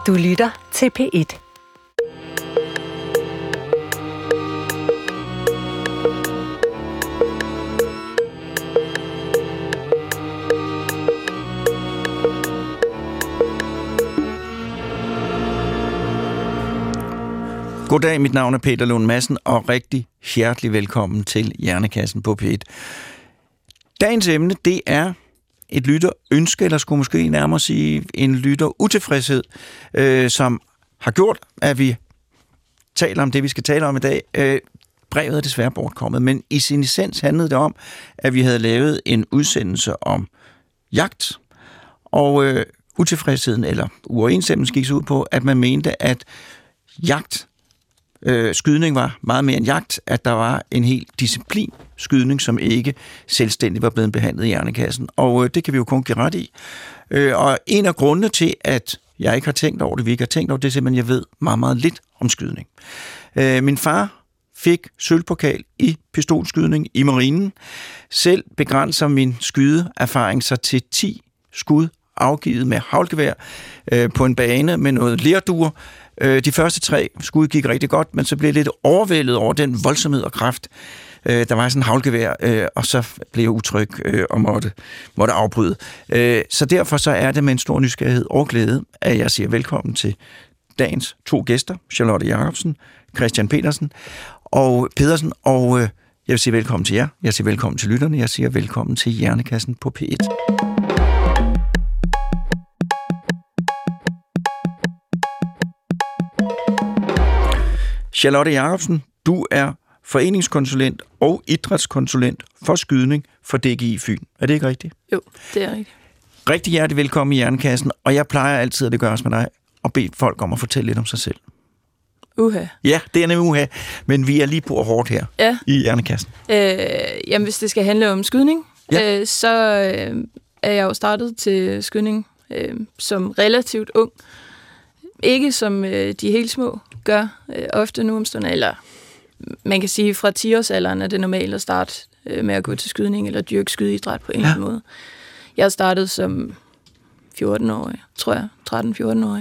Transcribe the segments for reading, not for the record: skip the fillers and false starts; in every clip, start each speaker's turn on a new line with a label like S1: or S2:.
S1: Du lytter til P1.
S2: Goddag, mit navn er Peter Lund Madsen, og rigtig hjertelig velkommen til Hjernekassen på P1. Dagens emne, det er et lytterønske, eller skulle måske nærmere sige en lytterutilfredshed, som har gjort, at vi taler om det, vi skal tale om i dag. Brevet er desværre bortkommet, men i sin essens handlede det om, at vi havde lavet en udsendelse om jagt, og utilfredsheden eller uoverensstemmelsen gik så ud på, at man mente, at skydning var meget mere end jagt, at der var en hel disciplin skydning, som ikke selvstændigt var blevet behandlet i Hjernekassen. Og det kan vi jo kun give ret i. Og en af grundene til, at jeg ikke har tænkt over det, vi ikke har tænkt over det, er simpelthen, at jeg ved meget, meget lidt om skydning. Min far fik sølvpokal i pistolskydning i marinen. Selv begrænser min skydeerfaring sig til 10 skud afgivet med haglgevær på en bane med noget lerduer. De første 3 skud gik rigtig godt, men så blev jeg lidt overvældet over den voldsomhed og kraft. Der var sådan en haglgevær, og så blev jeg utryg og måtte afbryde. Så derfor så er det med en stor nysgerrighed og glæde, at jeg siger velkommen til dagens 2 gæster, Charlotte Jacobsen, Christian Pedersen, og jeg vil sige velkommen til jer, jeg siger velkommen til lytterne, jeg siger velkommen til Hjernekassen på P1. Charlotte Jacobsen, du er foreningskonsulent og idrætskonsulent for skydning for DGI Fyn. Er det ikke rigtigt?
S3: Jo, det er rigtigt.
S2: Rigtig hjertelig velkommen i Hjernekassen, og jeg plejer altid, at det gøres med dig, at bede folk om at fortælle lidt om sig selv.
S3: Ja,
S2: det er nemlig men vi er lige på hårdt her i Hjernekassen.
S3: Jamen, hvis det skal handle om skydning, så er jeg jo startet til skydning som relativt ung. Ikke som de helt små gør ofte nu om stunder, eller man kan sige, fra 10-årsalderen er det normalt at starte med at gå til skydning eller dyrke skydeidræt på en eller anden måde. Jeg startede som 14-årig, tror jeg, 13-14-årig.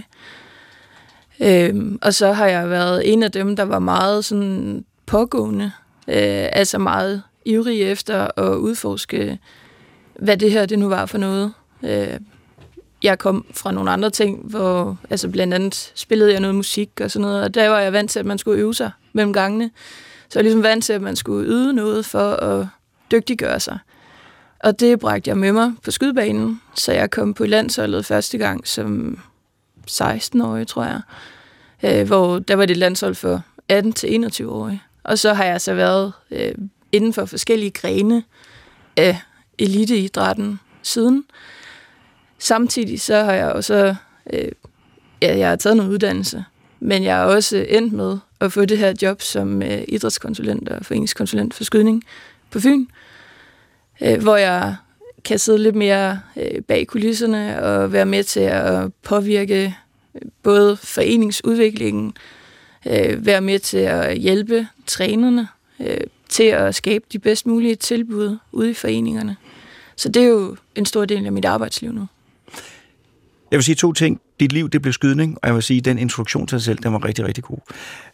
S3: Og så har jeg været en af dem, der var meget sådan pågående, altså meget ivrig efter at udforske, hvad det her det nu var for noget. Jeg kom fra nogle andre ting, hvor altså blandt andet spillede jeg noget musik og sådan noget, og der var jeg vant til, at man skulle øve sig mellem gangene. Så jeg var ligesom vant til, at man skulle yde noget for at dygtiggøre sig. Og det bragte jeg med mig på skydebanen, så jeg kom på landsholdet første gang som 16-årig, tror jeg, hvor der var det landshold for 18-21-årige. Og så har jeg så været inden for forskellige grene af eliteidrætten siden. Samtidig så har jeg også jeg har taget noget uddannelse, men jeg er også endt med at få det her job som idrætskonsulent og foreningskonsulent for skydning på Fyn, hvor jeg kan sidde lidt mere bag kulisserne og være med til at påvirke både foreningsudviklingen, være med til at hjælpe trænerne til at skabe de bedst mulige tilbud ude i foreningerne. Så det er jo en stor del af mit arbejdsliv nu.
S2: Jeg vil sige 2 ting. Dit liv, det blev skydning, og jeg vil sige, at den introduktion til dig selv, den var rigtig, rigtig god.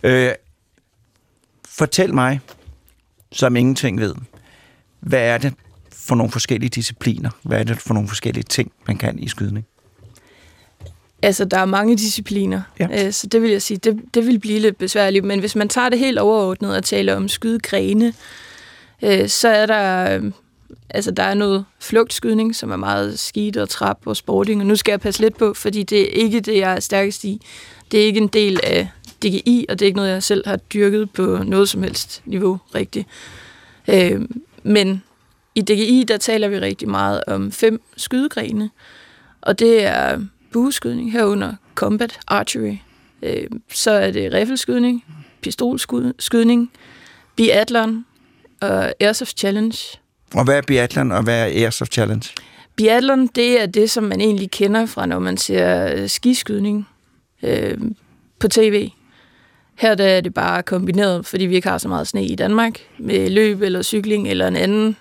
S2: Fortæl mig, som ingenting ved, hvad er det for nogle forskellige discipliner? Hvad er det for nogle forskellige ting, man kan i skydning?
S3: Altså, der er mange discipliner, så det vil jeg sige, det vil blive lidt besværligt, men hvis man tager det helt overordnet og taler om skydegrene, så er der er noget flugtskydning, som er meget skidt og trap og sporting, og nu skal jeg passe lidt på, fordi det er ikke det, jeg er stærkest i. Det er ikke en del af DGI, og det er ikke noget, jeg selv har dyrket på noget som helst niveau rigtigt. Men i DGI, der taler vi rigtig meget om 5 skydegrene, og det er bueskydning, herunder combat archery. Så er det riffelskydning, pistolskydning, biathlon og airsoft challenge.
S2: Og hvad er biathlon, og hvad er airsoft challenge?
S3: Biathlon, det er det, som man egentlig kender fra, når man ser skiskydning på tv. Her der er det bare kombineret, fordi vi ikke har så meget sne i Danmark, med løb eller cykling eller en anden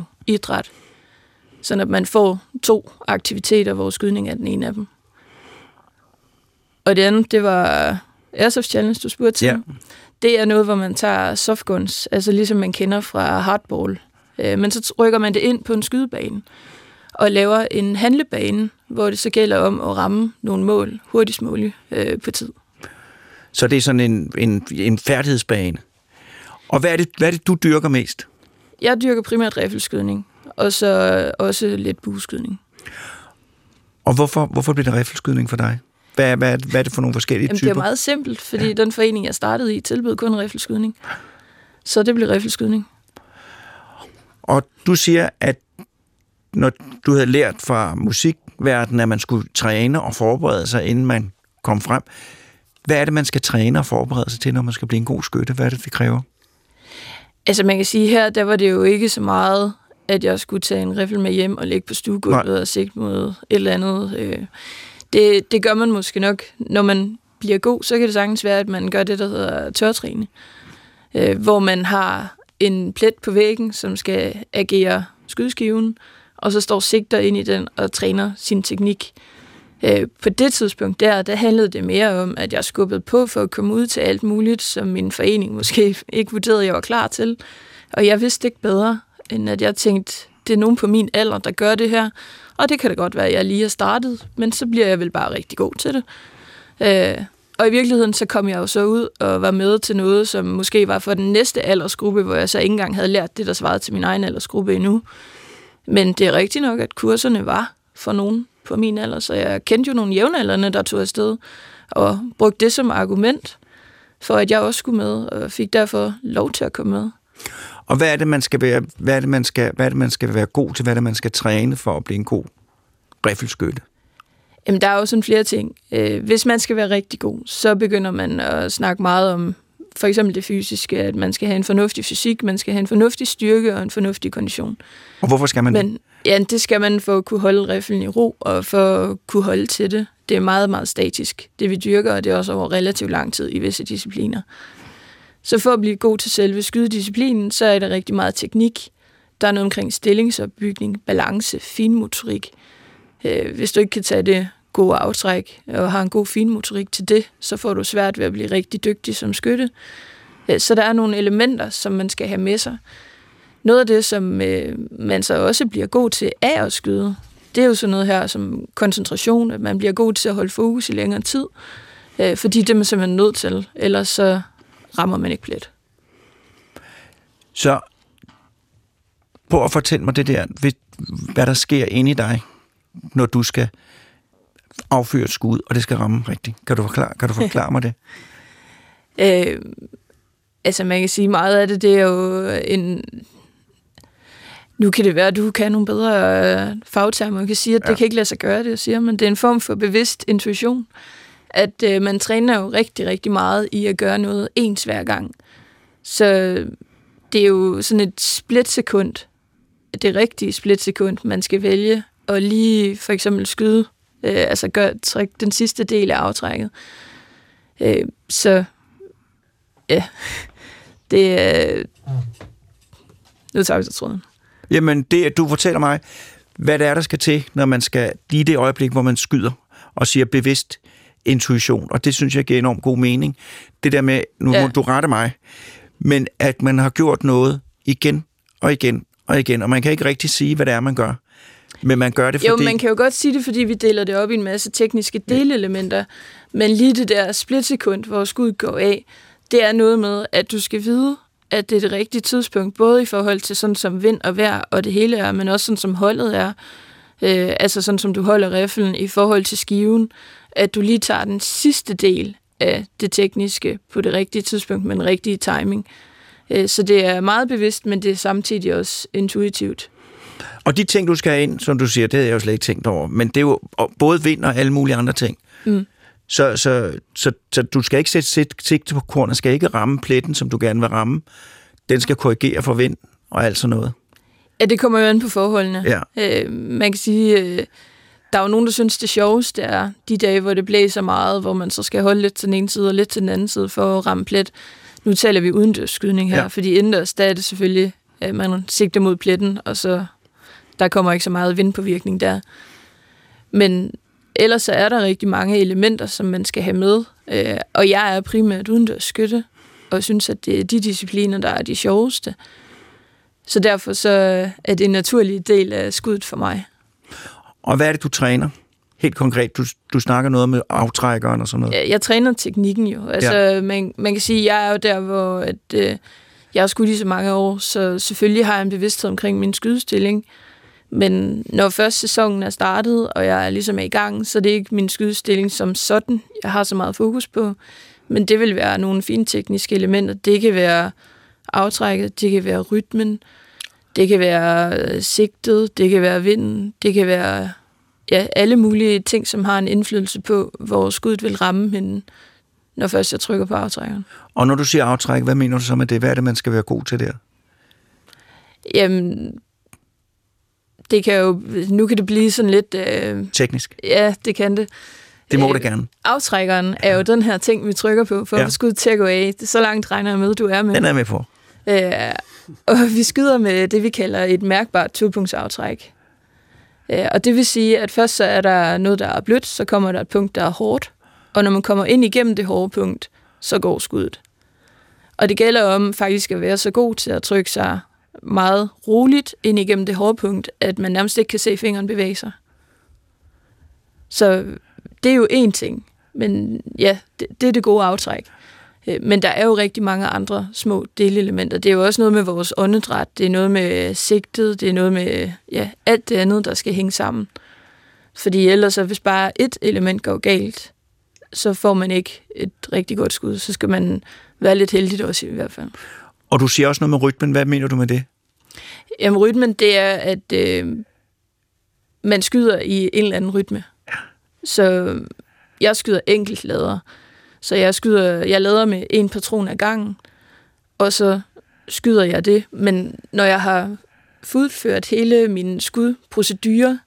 S3: cardio-idræt. Så at man får 2 aktiviteter, hvor skydning er den ene af dem. Og det andet, det var Airsoft Challenge, du spurgte til.
S2: Ja.
S3: Det er noget, hvor man tager softguns, altså ligesom man kender fra hardball. Men så rykker man det ind på en skydebane og laver en handlebane, hvor det så gælder om at ramme nogle mål hurtigst muligt på tid.
S2: Så det er sådan en færdighedsbane. Og hvad er det, du dyrker mest?
S3: Jeg dyrker primært riffelskydning, og så også lidt bueskydning.
S2: Og hvorfor bliver det riffelskydning for dig? Hvad er det for nogle forskellige typer?
S3: Det er meget simpelt, fordi den forening, jeg startede i, tilbød kun riffelskydning. Så det blev riffelskydning.
S2: Og du siger, at når du havde lært fra musikverdenen, at man skulle træne og forberede sig, inden man kom frem. Hvad er det, man skal træne og forberede sig til, når man skal blive en god skytte? Hvad er det kræver?
S3: Altså man kan sige her, der var det jo ikke så meget, at jeg skulle tage en riffel med hjem og lægge på stuegulvet og sigte mod et eller andet. Det gør man måske nok, når man bliver god, så kan det sagtens være, at man gør det, der hedder tørtræne. Hvor man har en plet på væggen, som skal agere skydeskiven, og så står sigter ind i den og træner sin teknik. På det tidspunkt der handlede det mere om, at jeg skubbede på for at komme ud til alt muligt, som min forening måske ikke vurderede, jeg var klar til. Og jeg vidste ikke bedre, end at jeg tænkte, det er nogen på min alder, der gør det her. Og det kan da godt være, at jeg lige har startet, men så bliver jeg vel bare rigtig god til det. Og i virkeligheden, så kom jeg jo så ud og var med til noget, som måske var for den næste aldersgruppe, hvor jeg så ikke engang havde lært det, der svarede til min egen aldersgruppe endnu. Men det er rigtigt nok, at kurserne var for nogen på min alder, så jeg kendte jo nogle jævnaldrende, der tog afsted, og brugte det som argument for, at jeg også skulle med, og fik derfor lov til at komme med.
S2: Og hvad er det, man skal være, hvad er det, man skal være god til? Hvad er det, man skal træne for at blive en god riffelskytte?
S3: Jamen, der er jo sådan flere ting. Hvis man skal være rigtig god, så begynder man at snakke meget om for eksempel det fysiske, at man skal have en fornuftig fysik, man skal have en fornuftig styrke og en fornuftig kondition.
S2: Og hvorfor skal man det?
S3: Ja, det skal man for at kunne holde riffelen i ro, og for at kunne holde til det. Det er meget, meget statisk, det vi dyrker, og det er også over relativt lang tid i visse discipliner. Så for at blive god til selve skydedisciplinen, så er der rigtig meget teknik. Der er noget omkring stillingsopbygning, balance, finmotorik. Hvis du ikke kan tage det gode aftræk og har en god finmotorik til det, så får du svært ved at blive rigtig dygtig som skytte. Så der er nogle elementer, som man skal have med sig. Noget af det, som man så også bliver god til af at skyde, det er jo sådan noget her som koncentration, at man bliver god til at holde fokus i længere tid, fordi det er man simpelthen nødt til, ellers så rammer man ikke plet.
S2: Så prøv at fortælle mig det der, hvad der sker inde i dig, når du skal affyre et skud, og det skal ramme rigtigt. Kan du forklare mig det?
S3: Altså man kan sige, meget af det er jo en... Nu kan det være, at du kan nogle bedre fagtermer, og kan sige, at det kan ikke lade sig gøre, det jeg siger, men det er en form for bevidst intuition, at man træner jo rigtig, rigtig meget i at gøre noget ens hver gang. Så det er jo sådan et splitsekund, det rigtige splitsekund, man skal vælge, og lige for eksempel skyde, trække den sidste del af aftrækket. Så ja, det er... Nu tager vi så tråden.
S2: Jamen, du fortæller mig, hvad det er, der skal til, når man skal lige det øjeblik, hvor man skyder og siger bevidst intuition, og det synes jeg giver enormt god mening. Det der med, nu må du rette mig, men at man har gjort noget igen og igen og igen, og man kan ikke rigtig sige, hvad det er, man gør. Men man gør det, fordi...
S3: Jo, man kan jo godt sige det, fordi vi deler det op i en masse tekniske delelementer, men lige det der splitsekund, hvor skuddet går af, det er noget med, at du skal vide, at det er det rigtige tidspunkt, både i forhold til sådan som vind og vejr og det hele er, men også sådan som holdet er. Altså sådan som du holder riffelen i forhold til skiven, at du lige tager den sidste del af det tekniske på det rigtige tidspunkt med den rigtige timing. Så det er meget bevidst, men det er samtidig også intuitivt.
S2: Og de ting, du skal have ind, som du siger, det havde jeg jo slet ikke tænkt over, men det er jo både vind og alle mulige andre ting. Mm. Så du skal ikke sætte sigte på kornet, skal ikke ramme pletten, som du gerne vil ramme. Den skal korrigere for vind og alt sådan noget.
S3: Ja, det kommer jo an på forholdene. Ja. Man kan sige, der er jo nogen, der synes, det sjoveste er de dage, hvor det blæser meget, hvor man så skal holde lidt til den ene side og lidt til den anden side for at ramme plet. Nu taler vi udendørsskydning her, fordi indendørs, der er det selvfølgelig, at man sigter mod pletten, og så der kommer ikke så meget vindpåvirkning der. Men Ellers så er der rigtig mange elementer, som man skal have med. Og jeg er primært udendørsskytte, og synes, at det er de discipliner, der er de sjoveste. Så derfor så er det en naturlig del af skuddet for mig.
S2: Og hvad er det, du træner? Helt konkret, du snakker noget med aftrækkeren og sådan noget.
S3: Jeg træner teknikken jo. Altså, man kan sige, at jeg er jo der, hvor jeg har skudt i så mange år, så selvfølgelig har jeg en bevidsthed omkring min skydestilling. Men når først sæsonen er startet, og jeg er ligesom i gang, så det er ikke min skydestilling som sådan, jeg har så meget fokus på. Men det vil være nogle fine tekniske elementer. Det kan være aftrækket, det kan være rytmen, det kan være sigtet, det kan være vinden, det kan være alle mulige ting, som har en indflydelse på, hvor skuddet vil ramme hende, når først jeg trykker på aftrækkeren.
S2: Og når du siger aftræk, hvad mener du så med det? Hvad er det, man skal være god til der?
S3: Jamen, det kan jo, nu kan det blive sådan lidt...
S2: teknisk?
S3: Ja, det kan det.
S2: Det må det gerne.
S3: Aftrækkeren er jo den her ting, vi trykker på, for at få skuddet til at gå af. Så langt regner jeg med, du er med.
S2: Den er med på.
S3: Og vi skyder med det, vi kalder et mærkbart topunktsaftræk. Og det vil sige, at først så er der noget, der er blødt, så kommer der et punkt, der er hårdt. Og når man kommer ind igennem det hårde punkt, så går skuddet. Og det gælder om faktisk at være så god til at trykke sig meget roligt ind igennem det hårde punkt, at man nærmest ikke kan se fingeren bevæge sig. Så det er jo én ting. Men ja, det er det gode aftræk. Men der er jo rigtig mange andre små delelementer. Det er jo også noget med vores åndedræt, det er noget med sigtet, det er noget med alt det andet, der skal hænge sammen. Fordi ellers, hvis bare et element går galt, så får man ikke et rigtig godt skud. Så skal man være lidt heldig også i hvert fald.
S2: Og du siger også noget med rytmen. Hvad mener du med det?
S3: Jamen rytmen, det er, at man skyder i en eller anden rytme. Ja. Så jeg skyder enkeltlader. Så jeg lader med en patron ad gangen, og så skyder jeg det. Men når jeg har fuldført hele min skudprocedure,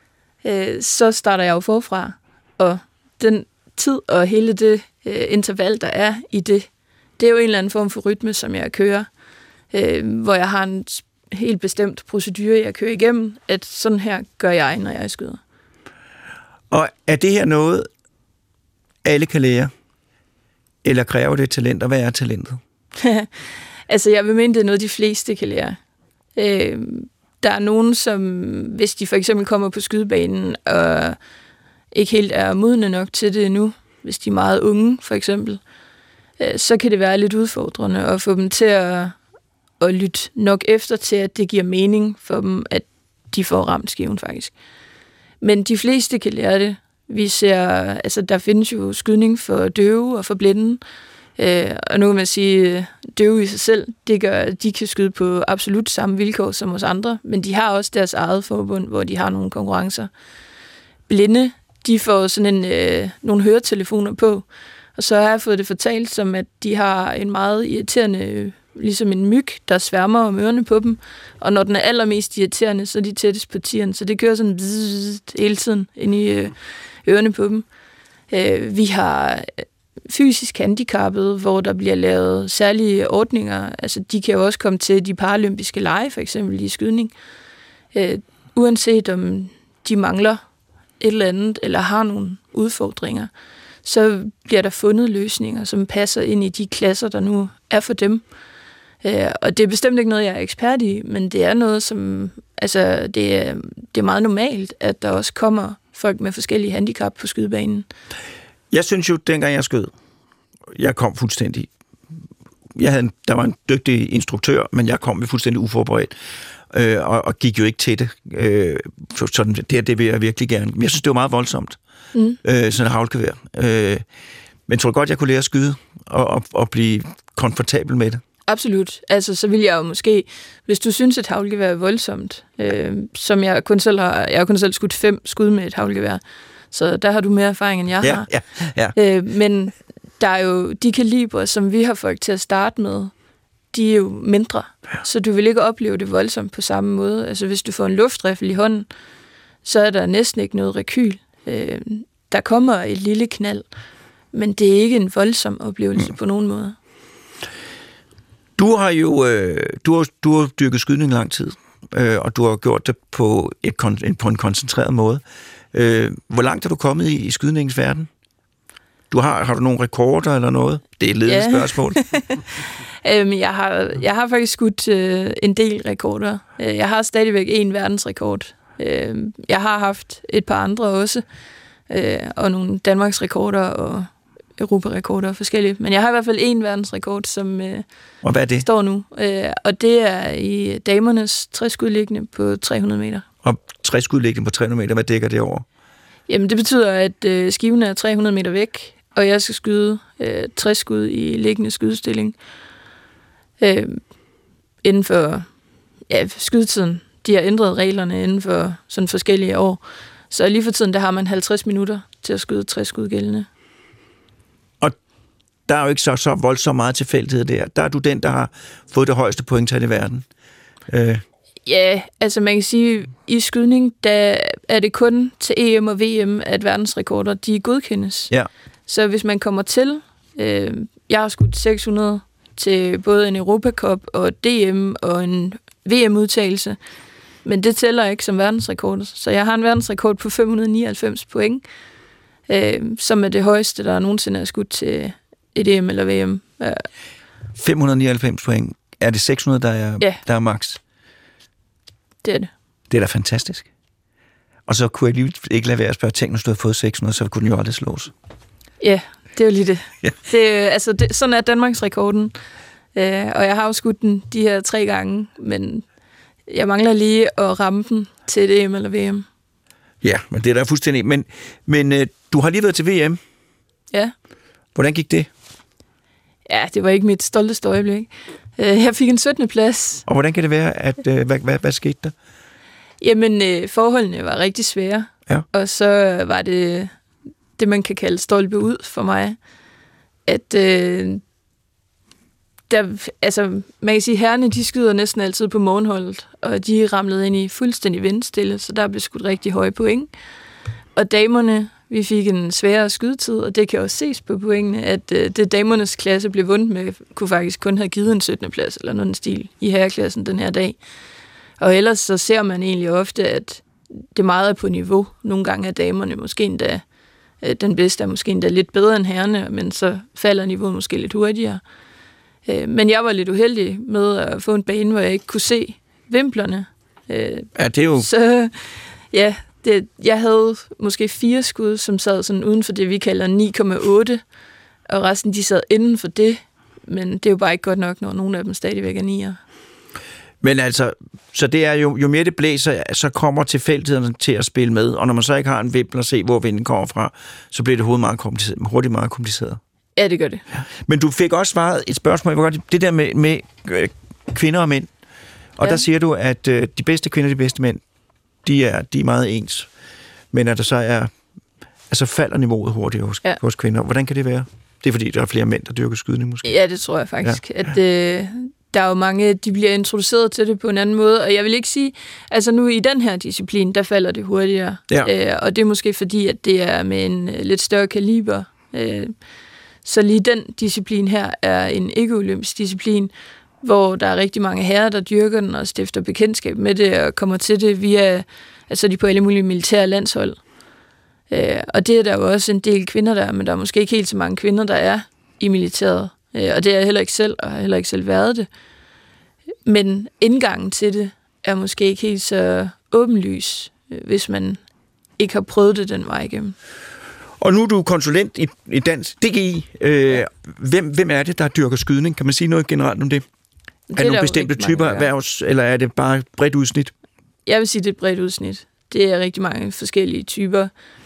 S3: så starter jeg jo forfra. Og den tid og hele det interval, der er i det, det er jo en eller anden form for rytme, som jeg kører, hvor jeg har en helt bestemt procedure, jeg kører igennem, at sådan her gør jeg, når jeg skyder.
S2: Og er det her noget, alle kan lære? Eller kræver det talent, og hvad er talentet?
S3: Altså, jeg vil mene, det er noget, de fleste kan lære. Der er nogen, som, hvis de for eksempel kommer på skydebanen, og ikke helt er modne nok til det endnu, hvis de er meget unge, for eksempel, så kan det være lidt udfordrende at få dem til at lytte nok efter til, at det giver mening for dem, at de får ramt skiven, faktisk. Men de fleste kan lære det. Vi ser, altså der findes jo skydning for døve og for blinde, og nu kan man sige, døve i sig selv, det gør, at de kan skyde på absolut samme vilkår som os andre, men de har også deres eget forbund, hvor de har nogle konkurrencer. Blinde, de får sådan nogle høretelefoner på, og så har jeg fået det fortalt som, at de har en meget irriterende, ligesom en myg, der sværmer om ørerne på dem, og når den er allermest irriterende, så er de tættest på tieren, så det kører sådan hele tiden ind i ørerne på dem. Vi har fysisk handicappede, hvor der bliver lavet særlige ordninger. Altså, de kan jo også komme til de paralympiske lege, for eksempel i skydning. Uanset om de mangler et eller andet, eller har nogle udfordringer, så bliver der fundet løsninger, som passer ind i de klasser, der nu er for dem. Og det er bestemt ikke noget, jeg er ekspert i, men det er noget, som... Altså, det er meget normalt, at der også kommer folk med forskellige handicap på skydebanen.
S2: Jeg synes jo, dengang jeg skød, jeg kom fuldstændig... Der var en dygtig instruktør, men jeg kom fuldstændig uforberedt, og gik jo ikke til det. Sådan, det vil jeg virkelig gerne. Men jeg synes, det var meget voldsomt. Sådan et haglgevær. Men tror du godt, jeg kunne lære at skyde, og blive komfortabel med det?
S3: Absolut. Altså, så vil jeg jo måske, hvis du synes, et haglgevær er voldsomt, som jeg kun selv skudt 5 skud med et haglgevær, så der har du mere erfaring, end jeg har.
S2: Ja.
S3: Men der er jo de kalibrer, som vi har folk til at starte med, de er jo mindre, så du vil ikke opleve det voldsomt på samme måde. Altså, hvis du får en luftriffel i hånden, så er der næsten ikke noget rekyl. Der kommer et lille knald, men det er ikke en voldsom oplevelse på nogen måde.
S2: Du har jo du har dyrket skydning lang tid, og du har gjort det på en koncentreret måde. Hvor langt er du kommet i skydningens verden? Har du nogle rekorder eller noget? Det er et ledende spørgsmål.
S3: Jeg har faktisk skudt en del rekorder. Jeg har stadigvæk en verdensrekord. Jeg har haft et par andre også, og nogle Danmarks rekorder og Europarekorder forskellige. Men jeg har i hvert fald en verdensrekord, som
S2: og hvad er det?
S3: Står nu. Og det er i damernes 60-skudliggende på 300 meter.
S2: Og 60-skudliggende på 300 meter, hvad dækker det over?
S3: Jamen det betyder, at skiven er 300 meter væk, og jeg skal skyde 60 skud i liggende skydestilling. Inden for skydetiden. De har ændret reglerne inden for sådan forskellige år. Så lige for tiden, der har man 50 minutter til at skyde 60 skud gældende.
S2: Og der er jo ikke så voldsomt meget tilfældighed der. Der er du den, der har fået det højeste pointtal i verden.
S3: Ja, altså man kan sige, i skydning, der er det kun til EM og VM, at verdensrekorder, de godkendes.
S2: Ja.
S3: Så hvis man kommer til, jeg har skudt 600 til både en Europacup og DM og en VM-udtagelse, men det tæller ikke som verdensrekord. Så jeg har en verdensrekord på 599 point, som er det højeste, der nogensinde er skudt til et EM eller VM.
S2: 599 point. Er det 600, der er max?
S3: Det er det.
S2: Det er da fantastisk. Og så kunne jeg lige ikke lade være at spørge, tænk, når du havde fået 600, så kunne den jo aldrig slås.
S3: Ja, det er jo lige det.
S2: Ja.
S3: Sådan er Danmarks rekorden. Og jeg har jo skudt den de her 3 gange, men jeg mangler lige at ramme den til et EM eller VM.
S2: Ja, men det er da fuldstændig. Men du har lige været til VM.
S3: Ja.
S2: Hvordan gik det?
S3: Ja, det var ikke mit stolteste øjeblik. Jeg fik en 17. plads.
S2: Og hvordan kan det være, at hvad skete der?
S3: Jamen, forholdene var rigtig svære.
S2: Ja.
S3: Og så var det, man kan kalde stolpe ud for mig. At man kan sige, herrerne, de skyder næsten altid på morgenholdet, og de ramlede ind i fuldstændig vindstille, så der blev skudt rigtig høje point. Og damerne, vi fik en sværere skydetid, og det kan også ses på pointene, at det damernes klasse blev vundet med, kunne faktisk kun have givet en 17. plads eller noget stil i herreklassen den her dag. Og ellers så ser man egentlig ofte, at det meget er på niveau. Nogle gange er damerne måske endda, den bedste er måske endda lidt bedre end herrerne, men så falder niveauet måske lidt hurtigere. Men jeg var lidt uheldig med at få en bane, hvor jeg ikke kunne se vimplerne.
S2: Ja, det er jo...
S3: Så ja, jeg havde måske 4 skud, som sad sådan uden for det, vi kalder 9,8, og resten de sad inden for det, men det er jo bare ikke godt nok, når nogle af dem stadigvæk er 9'er. Men
S2: altså, så det er jo mere det blæser, så kommer tilfældighederne til at spille med, og når man så ikke har en vimpel at se, hvor vinden kommer fra, så bliver det hurtigt meget kompliceret.
S3: Ja, det gør det. Ja.
S2: Men du fik også svaret et spørgsmål, det der med kvinder og mænd, og der siger du, at de bedste kvinder og de bedste mænd, de er meget ens, men at der så er, altså falder niveauet hurtigt hos kvinder. Hvordan kan det være? Det er fordi, der er flere mænd, der dyrker skydning måske?
S3: Ja, det tror jeg faktisk. Ja. At der er jo mange, de bliver introduceret til det på en anden måde, og jeg vil ikke sige, altså nu i den her disciplin, der falder det hurtigere. Ja. Og det er måske fordi, at det er med en lidt større kaliber. Så lige den disciplin her er en ikke-olympisk disciplin, hvor der er rigtig mange herrer, der dyrker den og stifter bekendtskab med det og kommer til det via, altså de på alle mulige militære landshold. Og det er der jo også en del kvinder der, men der er måske ikke helt så mange kvinder, der er i militæret. Og det er jeg heller ikke selv, og har heller ikke selv været det. Men indgangen til det er måske ikke helt så åbenlys, hvis man ikke har prøvet det den vej igennem.
S2: Og nu er du konsulent i Dansk DGI. Hvem er det, der dyrker skydning? Kan man sige noget generelt om det? Er det nogle bestemte typer erhvervs, eller er det bare bredt udsnit?
S3: Jeg vil sige, det er et bredt udsnit. Det er rigtig mange forskellige typer.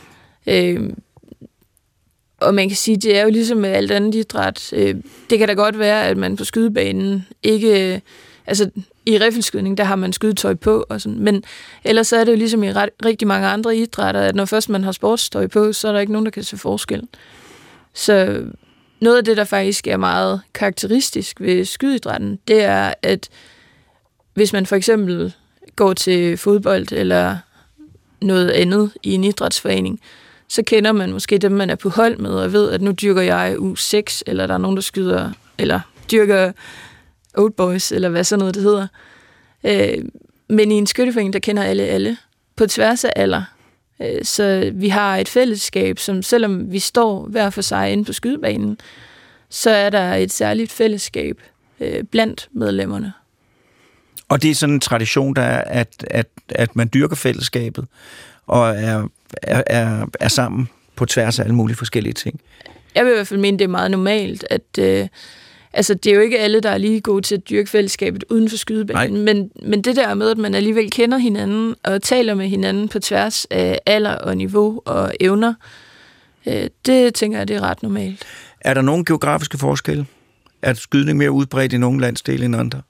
S3: Og man kan sige, det er jo ligesom med alt andet idræt. Det kan da godt være, at man på skydebanen ikke... Altså, i riffelskydning, der har man skydetøj på, og sådan. Men ellers så er det jo ligesom i rigtig mange andre idrætter, at når først man har sportstøj på, så er der ikke nogen, der kan se forskel. Så noget af det, der faktisk er meget karakteristisk ved skydeidrætten, det er, at hvis man for eksempel går til fodbold eller noget andet i en idrætsforening, så kender man måske dem, man er på hold med, og ved, at nu dyrker jeg U6, eller der er nogen, der skyder, eller dyrker Old Boys, eller hvad sådan noget det hedder. Men i en skytteforening, der kender alle på tværs af alder. Så vi har et fællesskab, som selvom vi står hver for sig inde på skydebanen, så er der et særligt fællesskab blandt medlemmerne.
S2: Og det er sådan en tradition, der er, at man dyrker fællesskabet og er sammen på tværs af alle mulige forskellige ting.
S3: Jeg vil i hvert fald mene, det er meget normalt, at det er jo ikke alle, der er lige gode til at dyrke fællesskabet uden for skydebanen, men det der med, at man alligevel kender hinanden og taler med hinanden på tværs af alder og niveau og evner, det tænker jeg, det er ret normalt.
S2: Er der nogle geografiske forskelle? Er skydning mere udbredt i nogle landsdele end andre?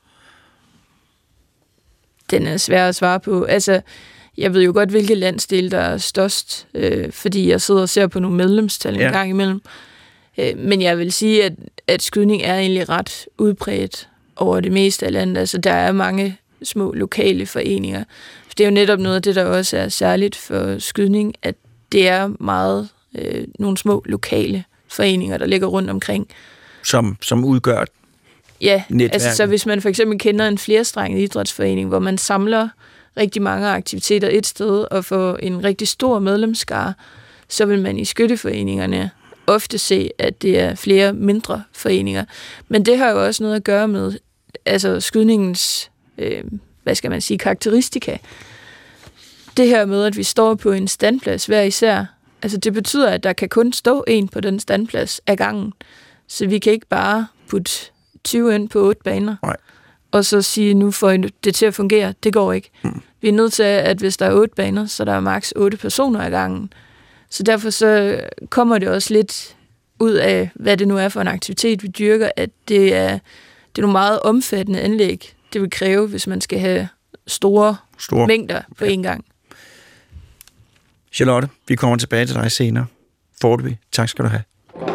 S3: Den er svær at svare på. Altså, jeg ved jo godt, hvilke landsdele, der er størst, fordi jeg sidder og ser på nogle medlemstal en gang imellem. Men jeg vil sige, at skydning er egentlig ret udbredt over det meste af landet. Altså, der er mange små lokale foreninger. Det er jo netop noget af det, der også er særligt for skydning, at det er meget nogle små lokale foreninger, der ligger rundt omkring.
S2: Som udgør netværket.
S3: Altså så hvis man for eksempel kender en flerstrenget idrætsforening, hvor man samler rigtig mange aktiviteter et sted og får en rigtig stor medlemsskare, så vil man i skytteforeningerne ofte se, at det er flere mindre foreninger. Men det har jo også noget at gøre med skydningens, karakteristika. Det her med, at vi står på en standplads hver især, altså det betyder, at der kan kun stå en på den standplads ad gangen. Så vi kan ikke bare putte 20 ind på 8 baner, og så sige, nu får det til at fungere. Det går ikke. Vi er nødt til, at hvis der er 8 baner, så der er maks 8 personer ad gangen. Så derfor så kommer det også lidt ud af, hvad det nu er for en aktivitet, vi dyrker, at det er nogle meget omfattende anlæg, det vil kræve, hvis man skal have store mængder på en gang.
S2: Charlotte, vi kommer tilbage til dig senere. Foreløbig. Tak skal du have.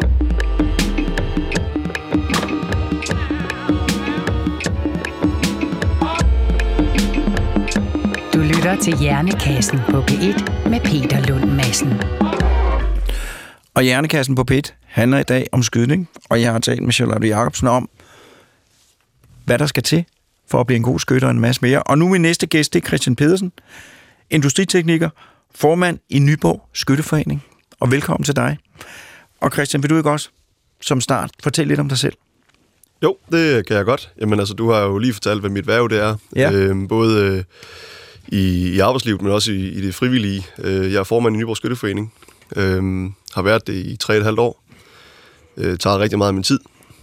S1: Du lytter til Hjernekassen på P1 med Peter Lund Madsen.
S2: Og Hjernekassen på P1 handler i dag om skydning, og jeg har talt med Charlotte Jacobsen om, hvad der skal til for at blive en god skytter og en masse mere. Og nu min næste gæst, det er Christian Pedersen, industritekniker, formand i Nyborg Skytteforening. Og velkommen til dig. Og Christian, vil du ikke også som start fortælle lidt om dig selv?
S4: Jo, det kan jeg godt. Jamen altså, du har jo lige fortalt, hvad mit værv det er. Ja. Både i arbejdslivet, men også i det frivillige. Jeg er formand i Nyborg Skytteforening. Har været det i 3,5 år. Tager rigtig meget af min tid.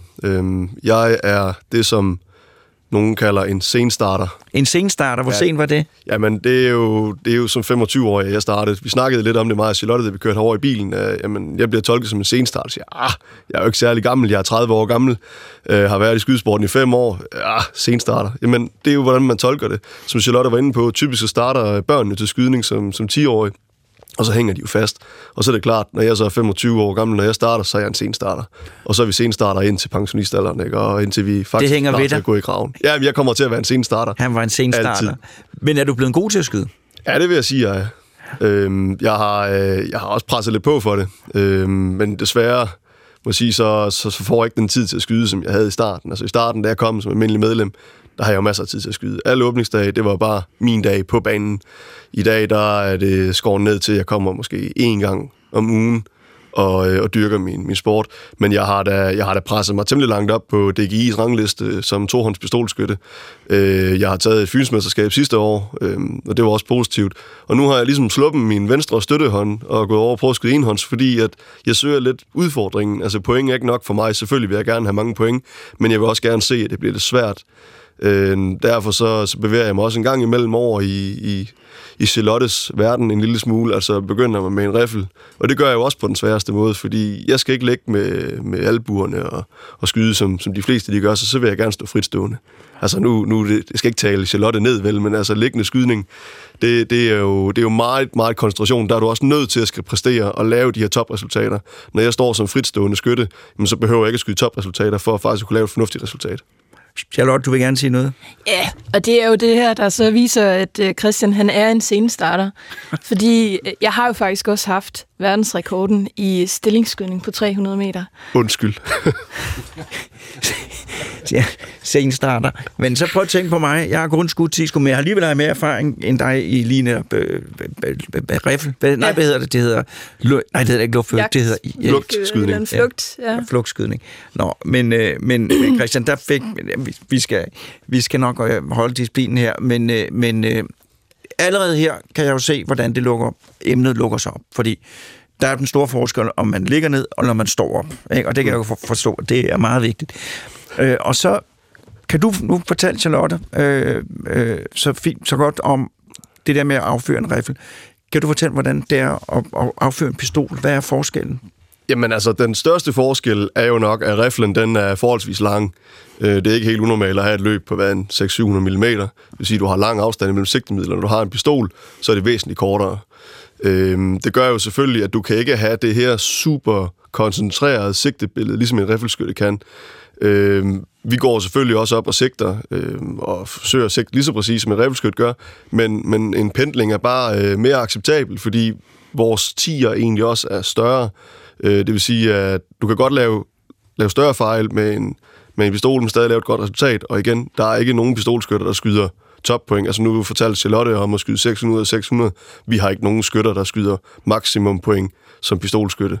S4: Jeg er det, som nogen kalder en senstarter.
S2: En senstarter? Hvor sen var det?
S4: Jamen, det er jo som 25-årig, jeg startede. Vi snakkede lidt om det meget af Charlotte, da vi kørte over i bilen. Jamen, jeg bliver tolket som en senstarter. Jeg siger, jeg er jo ikke særlig gammel. Jeg er 30 år gammel. Har været i skydesporten i 5 år. Senstarter. Jamen, det er jo, hvordan man tolker det. Som Charlotte var inde på, typisk så starter børnene til skydning som 10-årige. Og så hænger de jo fast. Og så er det klart, når jeg så er 25 år gammel, når jeg starter, så er jeg en senstarter. Og så er vi senstarter ind til pensionistalderen, ikke? Og indtil vi faktisk
S2: klar til
S4: at gå i graven. Ja, jeg kommer til at være en senstarter.
S2: Han var en senstarter. Altid. Men er du blevet god til at skyde?
S4: Ja, det vil jeg sige, jeg er. Jeg har også presset lidt på for det. Men desværre, må jeg sige, så får jeg ikke den tid til at skyde, som jeg havde i starten. Altså i starten, da jeg kom som almindelig medlem, der har jeg jo masser af tid til at skyde. Alle åbningsdage, det var bare min dag på banen. I dag, der er det skåret ned til, at jeg kommer måske 1 gang om ugen og dyrker min sport. Men jeg har da presset mig temmelig langt op på DGI's rangliste som 2-hånds pistolskytte. Jeg har taget et fynsmesterskab sidste år, og det var også positivt. Og nu har jeg ligesom sluppet min venstre støttehånd og gået over og prøvet at skyde enhånds, fordi at jeg søger lidt udfordringen. Altså point er ikke nok for mig. Selvfølgelig vil jeg gerne have mange point, men jeg vil også gerne se, at det bliver lidt svært. Derfor så bevæger jeg mig også en gang imellem over i Charlottes verden en lille smule, altså begynder man med en riffel. Og det gør jeg jo også på den sværeste måde, fordi jeg skal ikke ligge med albuerne og skyde, som de fleste de gør, så vil jeg gerne stå fritstående. Altså nu jeg skal ikke tale Charlotte ned, vel, men altså liggende skydning, det er jo meget, meget koncentration. Der er du også nødt til at skal præstere og lave de her topresultater. Når jeg står som fritstående skytte, så behøver jeg ikke at skyde topresultater for at faktisk kunne lave et fornuftigt resultat.
S2: Charlotte, du vil gerne sige noget?
S3: Ja, og det er jo det her, der så viser, at Christian han er en senstarter. Fordi jeg har jo faktisk også haft verdensrekorden i stillingsskydning på 300 meter.
S4: Undskyld.
S2: senstarter. Men så prøv at tænke på mig. Jeg har kun skudt 10 skud, men jeg har alligevel mere erfaring end dig i lige netop riffel. Nej, hvad hedder det? Det hedder... Nej, det hedder ikke luftflygt. Det hedder...
S4: Flugtskydning.
S2: Flugtskydning. Nå, men Christian, der fik... Vi skal nok holde disciplinen her, men allerede her kan jeg jo se, hvordan emnet lukker sig op, fordi der er den store forskel, om man ligger ned, og når man står op. Ikke? Og det kan jeg jo forstå, at det er meget vigtigt. Og så kan du nu fortælle, Charlotte, så godt om det der med at affyre en riffel. Kan du fortælle, hvordan det er at affyre en pistol? Hvad er forskellen?
S4: Jamen altså, den største forskel er jo nok, at riflen den er forholdsvis lang. Det er ikke helt unormalt at have et løb på 600-700 mm. Det vil sige, at du har lang afstand mellem sigtemidler. Når du har en pistol, så er det væsentligt kortere. Det gør jo selvfølgelig, at du kan ikke have det her super koncentrerede sigtebillede, ligesom en riffelskytte kan. Vi går selvfølgelig også op og sigter, og forsøger at sigte lige så præcis, som en riffelskytte gør, men en pendling er bare mere acceptabel, fordi vores tier egentlig også er større. Det vil sige, at du kan godt lave større fejl med en pistol, men stadig lave et godt resultat. Og igen, der er ikke nogen pistolskytter, der skyder toppoint. Altså nu fortalte Charlotte om at skyde 600 af 600. Vi har ikke nogen skytter, der skyder maksimum point som pistolskytte.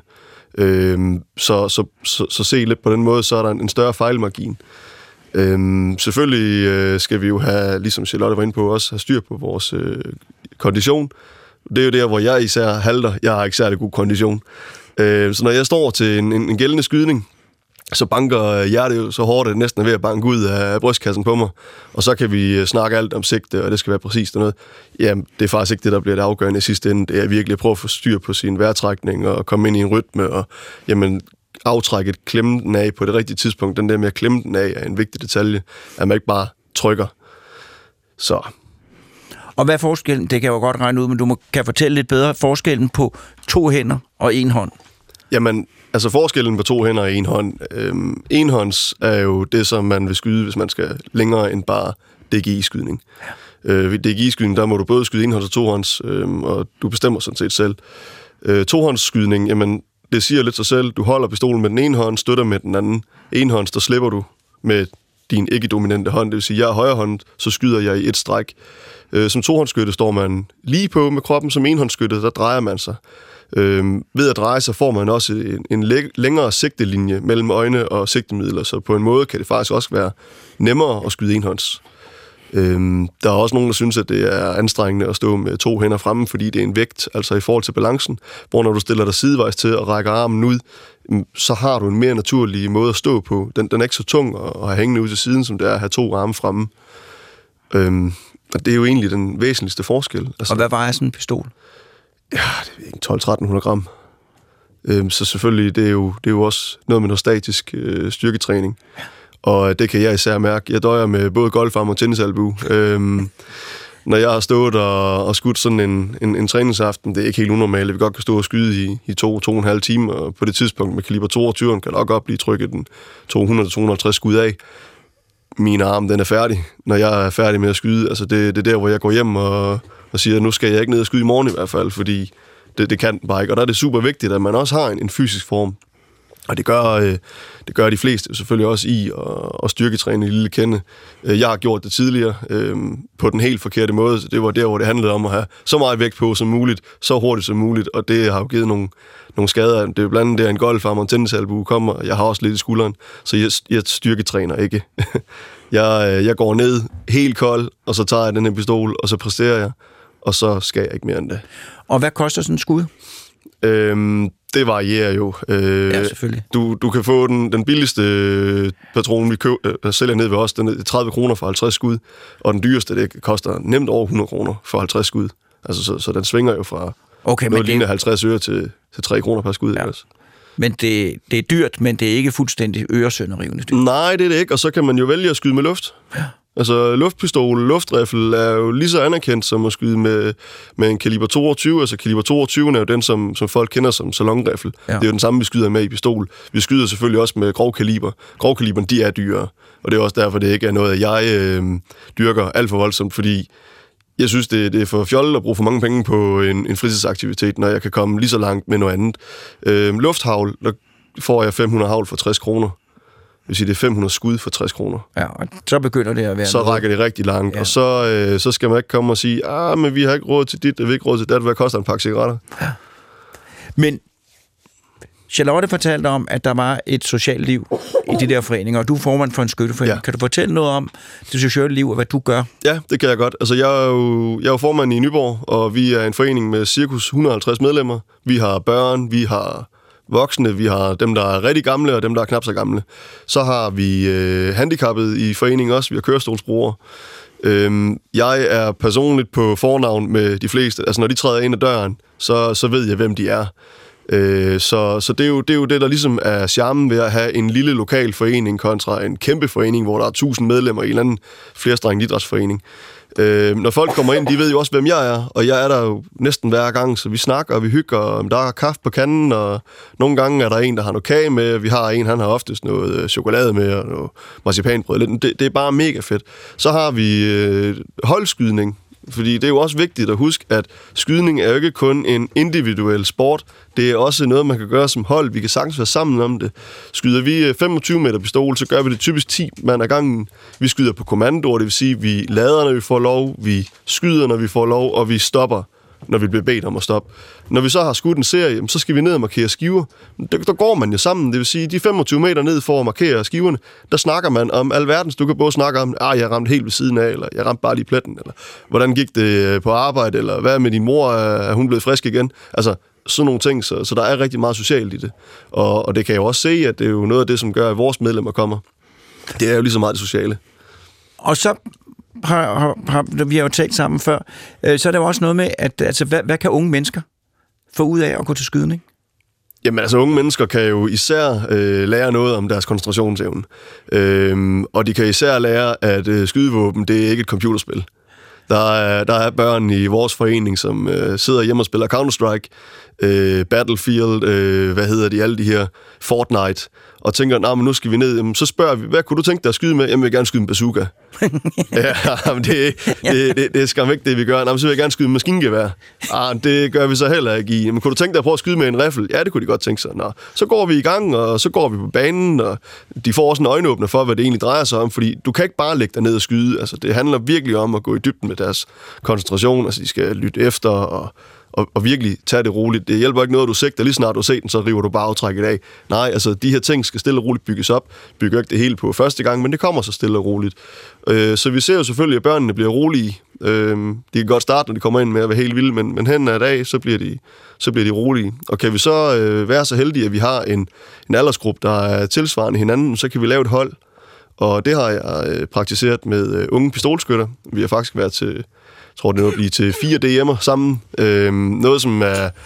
S4: Så se lidt på den måde, så er der en større fejlmargin. Selvfølgelig skal vi jo have, ligesom Charlotte var inde på, også have styr på vores kondition. Det er jo der, hvor jeg især halter. Jeg har ikke særlig god kondition. Så når jeg står til en gældende skydning, så banker hjertet jo så hårdt, at det næsten er ved at banke ud af brystkassen på mig. Og så kan vi snakke alt om sigte, og det skal være præcist og noget. Jamen, det er faktisk ikke det, der bliver det afgørende i sidste ende. Det er virkelig at prøve at få styr på sin vejrtrækning og komme ind i en rytme og aftrække et klemme den af på det rigtige tidspunkt. Den der med at klemme den af er en vigtig detalje, at man ikke bare trykker. Så...
S2: Og hvad er forskellen? Det kan jeg jo godt regne ud, men du kan fortælle lidt bedre forskellen på 2 hænder og 1 hånd.
S4: Jamen, altså forskellen på 2 hænder og 1 hånd. Enhånds er jo det, som man vil skyde, hvis man skal længere end bare DGI-skydning. Ved DGI-skydning, der må du både skyde enhånds og tohånds, og du bestemmer sådan set selv. Tohåndsskydning, jamen, det siger lidt sig selv. Du holder pistolen med den ene hånd, støtter med den anden. Enhånds, der slipper du med din ikke-dominante hånd. Det vil sige, jeg er højre hånd, så skyder jeg i et stræk. Som tohåndsskytte står man lige på med kroppen. Som enhåndsskytte, der drejer man sig. Ved at dreje sig får man også en længere sigtelinje mellem øjne og sigtemidler, så på en måde kan det faktisk også være nemmere at skyde enhånds. Der er også nogen, der synes, at det er anstrengende at stå med 2 hænder fremme, fordi det er en vægt, altså i forhold til balancen, hvor når du stiller dig sidevejs til og rækker armen ud, så har du en mere naturlig måde at stå på. Den er ikke så tung at have hængende ud til siden, som det er at have 2 arme fremme. Og det er jo egentlig den væsentligste forskel. Altså,
S2: og hvad vejer sådan en pistol?
S4: Ja, det er 1200-1300 gram. Så selvfølgelig, det er jo også noget med noget statisk styrketræning. Og det kan jeg især mærke. Jeg døjer med både golfarm og tennisalbue. Når jeg har stået og skudt sådan en træningsaften, det er ikke helt unormalt, at vi godt kan stå og skyde i 2-2,5 timer. Og på det tidspunkt med kaliber 22 kan der godt blive trykket den 200-250 skud af. Min arm, den er færdig, når jeg er færdig med at skyde. Altså det er der, hvor jeg går hjem og siger, at nu skal jeg ikke ned og skyde i morgen i hvert fald, fordi det kan den bare ikke. Og der er det super vigtigt, at man også har en fysisk form. Og det gør de fleste selvfølgelig også i at styrketræne i lille kende. Jeg har gjort det tidligere på den helt forkerte måde. Det var der, hvor det handlede om at have så meget vægt på som muligt, så hurtigt som muligt, og det har jo givet nogle skader. Det er jo blandt andet der, en golfarm og en tennisalbue kommer. Jeg har også lidt i skulderen, så jeg styrketræner ikke. Jeg går ned helt kold, og så tager jeg den her pistol, og så præsterer jeg, og så skal jeg ikke mere end det.
S2: Og hvad koster sådan en skud?
S4: Det varierer jo.
S2: Ja, selvfølgelig.
S4: Du kan få den billigste patron, vi sælger ned ved os, den er 30 kroner for 50 skud, og den dyreste, det koster nemt over 100 kroner for 50 skud. Altså, så den svinger jo fra noget lignende 50 øre til 3 kroner per skud. Ja. Altså.
S2: Men det er dyrt, men det er ikke fuldstændig øresønderrivende dyrt.
S4: Nej, det er det ikke, og så kan man jo vælge at skyde med luft. Ja. Altså luftpistol, luftriffel er jo lige så anerkendt som at skyde med en kaliber 22. Altså kaliber 22 er jo den, som folk kender som salonriffel. Ja. Det er jo den samme, vi skyder med i pistol. Vi skyder selvfølgelig også med grovkaliber. Grovkaliberen, de er dyre. Og det er også derfor, det ikke er noget, jeg dyrker alt for voldsomt, fordi jeg synes, det er for fjollet at bruge for mange penge på en fritidsaktivitet, når jeg kan komme lige så langt med noget andet. Lufthavl, der får jeg 500 havl for 60 kroner. vil sige, det er 500 skud for 60 kroner.
S2: Ja, og så begynder det at være
S4: så rækker det rigtig langt, ja. Og så skal man ikke komme og sige, men vi har ikke råd til dit, vi har ikke råd til det, hvad koster en pakke cigaretter?
S2: Ja. Men Charlotte fortalte om, at der var et socialt liv i de der foreninger, og du er formand for en skytteforening. Ja. Kan du fortælle noget om det sociale liv, og hvad du gør?
S4: Ja, det kan jeg godt. Altså, jeg er jo formand i Nyborg, og vi er en forening med cirkus 150 medlemmer. Vi har børn, vi har voksne, vi har dem, der er rigtig gamle, og dem, der er knap så gamle. Så har vi handicappede i foreningen også, vi har kørestolsbrugere. Jeg er personligt på fornavn med de fleste. Altså, når de træder ind ad døren, så ved jeg, hvem de er. Så det er jo det, der ligesom er charmen ved at have en lille lokal forening kontra en kæmpe forening, hvor der er 1000 medlemmer i en eller anden flerstrenget idrætsforening. Når folk kommer ind, de ved jo også, hvem jeg er, og jeg er der jo næsten hver gang, så vi snakker, og vi hygger, og der er kaffe på kanden, og nogle gange er der en, der har noget kage med, vi har en, han har oftest noget chokolade med, og noget marcipanbrød. Det er bare mega fedt. Så har vi holdskydning, fordi det er jo også vigtigt at huske, at skydning er jo ikke kun en individuel sport. Det er også noget, man kan gøre som hold. Vi kan sagtens være sammen om det. Skyder vi 25 meter pistol, så gør vi det typisk 10 mand ad gangen. Vi skyder på kommandoer, det vil sige, vi lader, når vi får lov, vi skyder, når vi får lov, og vi stopper, når vi bliver bedt om at stoppe. Når vi så har skudt en serie, så skal vi ned og markere skiver. Der går man jo sammen, det vil sige, de 25 meter ned for at markere skiverne, der snakker man om alverdens. Du kan både snakke om, jeg ramte helt ved siden af, eller jeg ramte bare lige pletten, eller hvordan gik det på arbejde, eller hvad med din mor, er hun blevet frisk igen? Altså, sådan nogle ting, så der er rigtig meget socialt i det. Og det kan jeg jo også se, at det er jo noget af det, som gør, at vores medlemmer kommer. Det er jo lige så meget det sociale.
S2: Og så vi har jo talt sammen før, så er der jo også noget med, at altså, hvad kan unge mennesker få ud af at gå til skydning?
S4: Jamen altså, unge mennesker kan jo især lære noget om deres koncentrationsevne. Og de kan især lære, at skydevåben, det er ikke et computerspil. Der er børn i vores forening, som sidder hjemme og spiller Counter-Strike, Battlefield, alle de her, Fortnite, og tænker, men nu skal vi ned. Jamen, så spørger vi, hvad kunne du tænke dig at skyde med? Jamen, jeg vil gerne skyde en bazooka. Men det er skam ikke det, vi gør. Jamen, så vil jeg gerne skyde en maskingevær. Det gør vi så heller ikke i. Men kunne du tænke dig at prøve at skyde med en riffel? Ja, det kunne de godt tænke sig. Så går vi i gang, og så går vi på banen, og de får også en øjenåbner for, hvad det egentlig drejer sig om, fordi du kan ikke bare lægge dig ned og skyde. Altså, det handler virkelig om at gå i dybden med deres koncentration. Altså, de skal lytte efter og virkelig tage det roligt. Det hjælper ikke noget, at du sigter. Lige snart du har set den, så river du bare aftrækket af. Nej, altså de her ting skal stille og roligt bygges op. Bygger ikke det hele på første gang, men det kommer så stille og roligt. Så vi ser jo selvfølgelig, at børnene bliver rolige. De kan godt starte, når de kommer ind med at være helt vilde, men hen ad dag, så bliver de rolige. Og kan vi så være så heldige, at vi har en aldersgruppe, der er tilsvarende hinanden, så kan vi lave et hold. Og det har jeg praktiseret med unge pistolskytter. Vi har faktisk været til... Jeg tror, det er blive til 4 DM'er sammen. Noget, som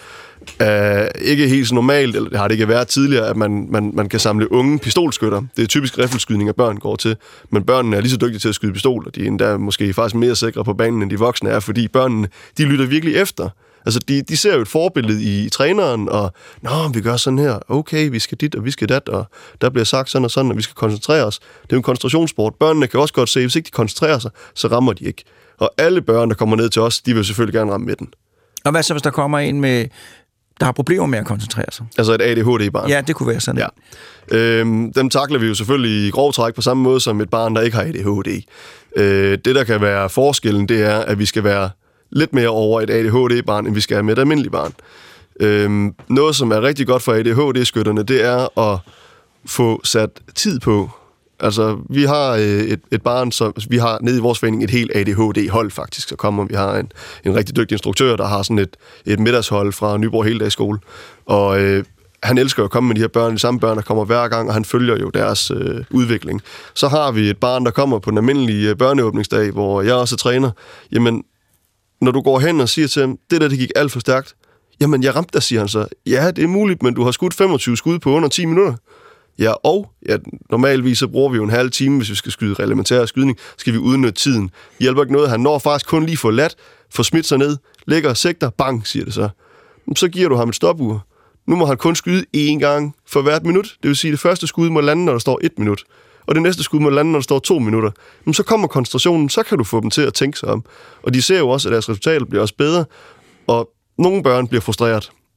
S4: er ikke helt så normalt, eller det har det ikke været tidligere, at man kan samle unge pistolskytter. Det er typisk riffelskydning, at børn går til. Men børnene er lige så dygtige til at skyde pistol, og de er endda måske faktisk mere sikre på banen, end de voksne er, fordi børnene, de lytter virkelig efter. Altså, de ser jo et forbillede i træneren, og vi gør sådan her, okay, vi skal dit, og vi skal dat, og der bliver sagt sådan og sådan, og vi skal koncentrere os. Det er jo en koncentrationssport. Børnene kan også godt se, at hvis ikke de koncentrerer sig, så rammer de ikke. Og alle børn, der kommer ned til os, de vil selvfølgelig gerne ramme midten.
S2: Og hvad så, hvis der kommer en der har problemer med at koncentrere sig?
S4: Altså et ADHD-barn?
S2: Ja, det kunne være sådan.
S4: Ja. Dem takler vi jo selvfølgelig i grov træk på samme måde som et barn, der ikke har ADHD. Det, der kan være forskellen, det er, at vi skal være lidt mere over et ADHD-barn, end vi skal med et almindeligt barn. Noget, som er rigtig godt for ADHD-skytterne, det er at få sat tid på. Altså, vi har et barn, så vi har nede i vores forening et helt ADHD-hold faktisk, så kommer vi har en rigtig dygtig instruktør, der har sådan et middagshold fra Nyborg Heldagsskole, og han elsker at komme med de her børn, de samme børn, der kommer hver gang, og han følger jo deres udvikling. Så har vi et barn, der kommer på den almindelige børneåbningsdag, hvor jeg også er træner. Jamen, når du går hen og siger til ham, det gik alt for stærkt, jamen, jeg ramte dig, siger han så. Ja, det er muligt, men du har skudt 25 skud på under 10 minutter. Ja, normalvis så bruger vi jo en halv time, hvis vi skal skyde reglementær skydning, skal vi udnytte tiden. Det hjælper ikke noget, han når faktisk kun lige forladt, får smidt sig ned, lægger og sigter, bang, siger det så. Så giver du ham et stopur. Nu må han kun skyde 1 gang for hvert minut. Det vil sige, at det første skud må lande, når der står 1 minut. Og det næste skud må lande, når der står 2 minutter. Men så kommer koncentrationen, så kan du få dem til at tænke sig om. Og de ser jo også, at deres resultater bliver også bedre. Og nogle børn bliver frustreret.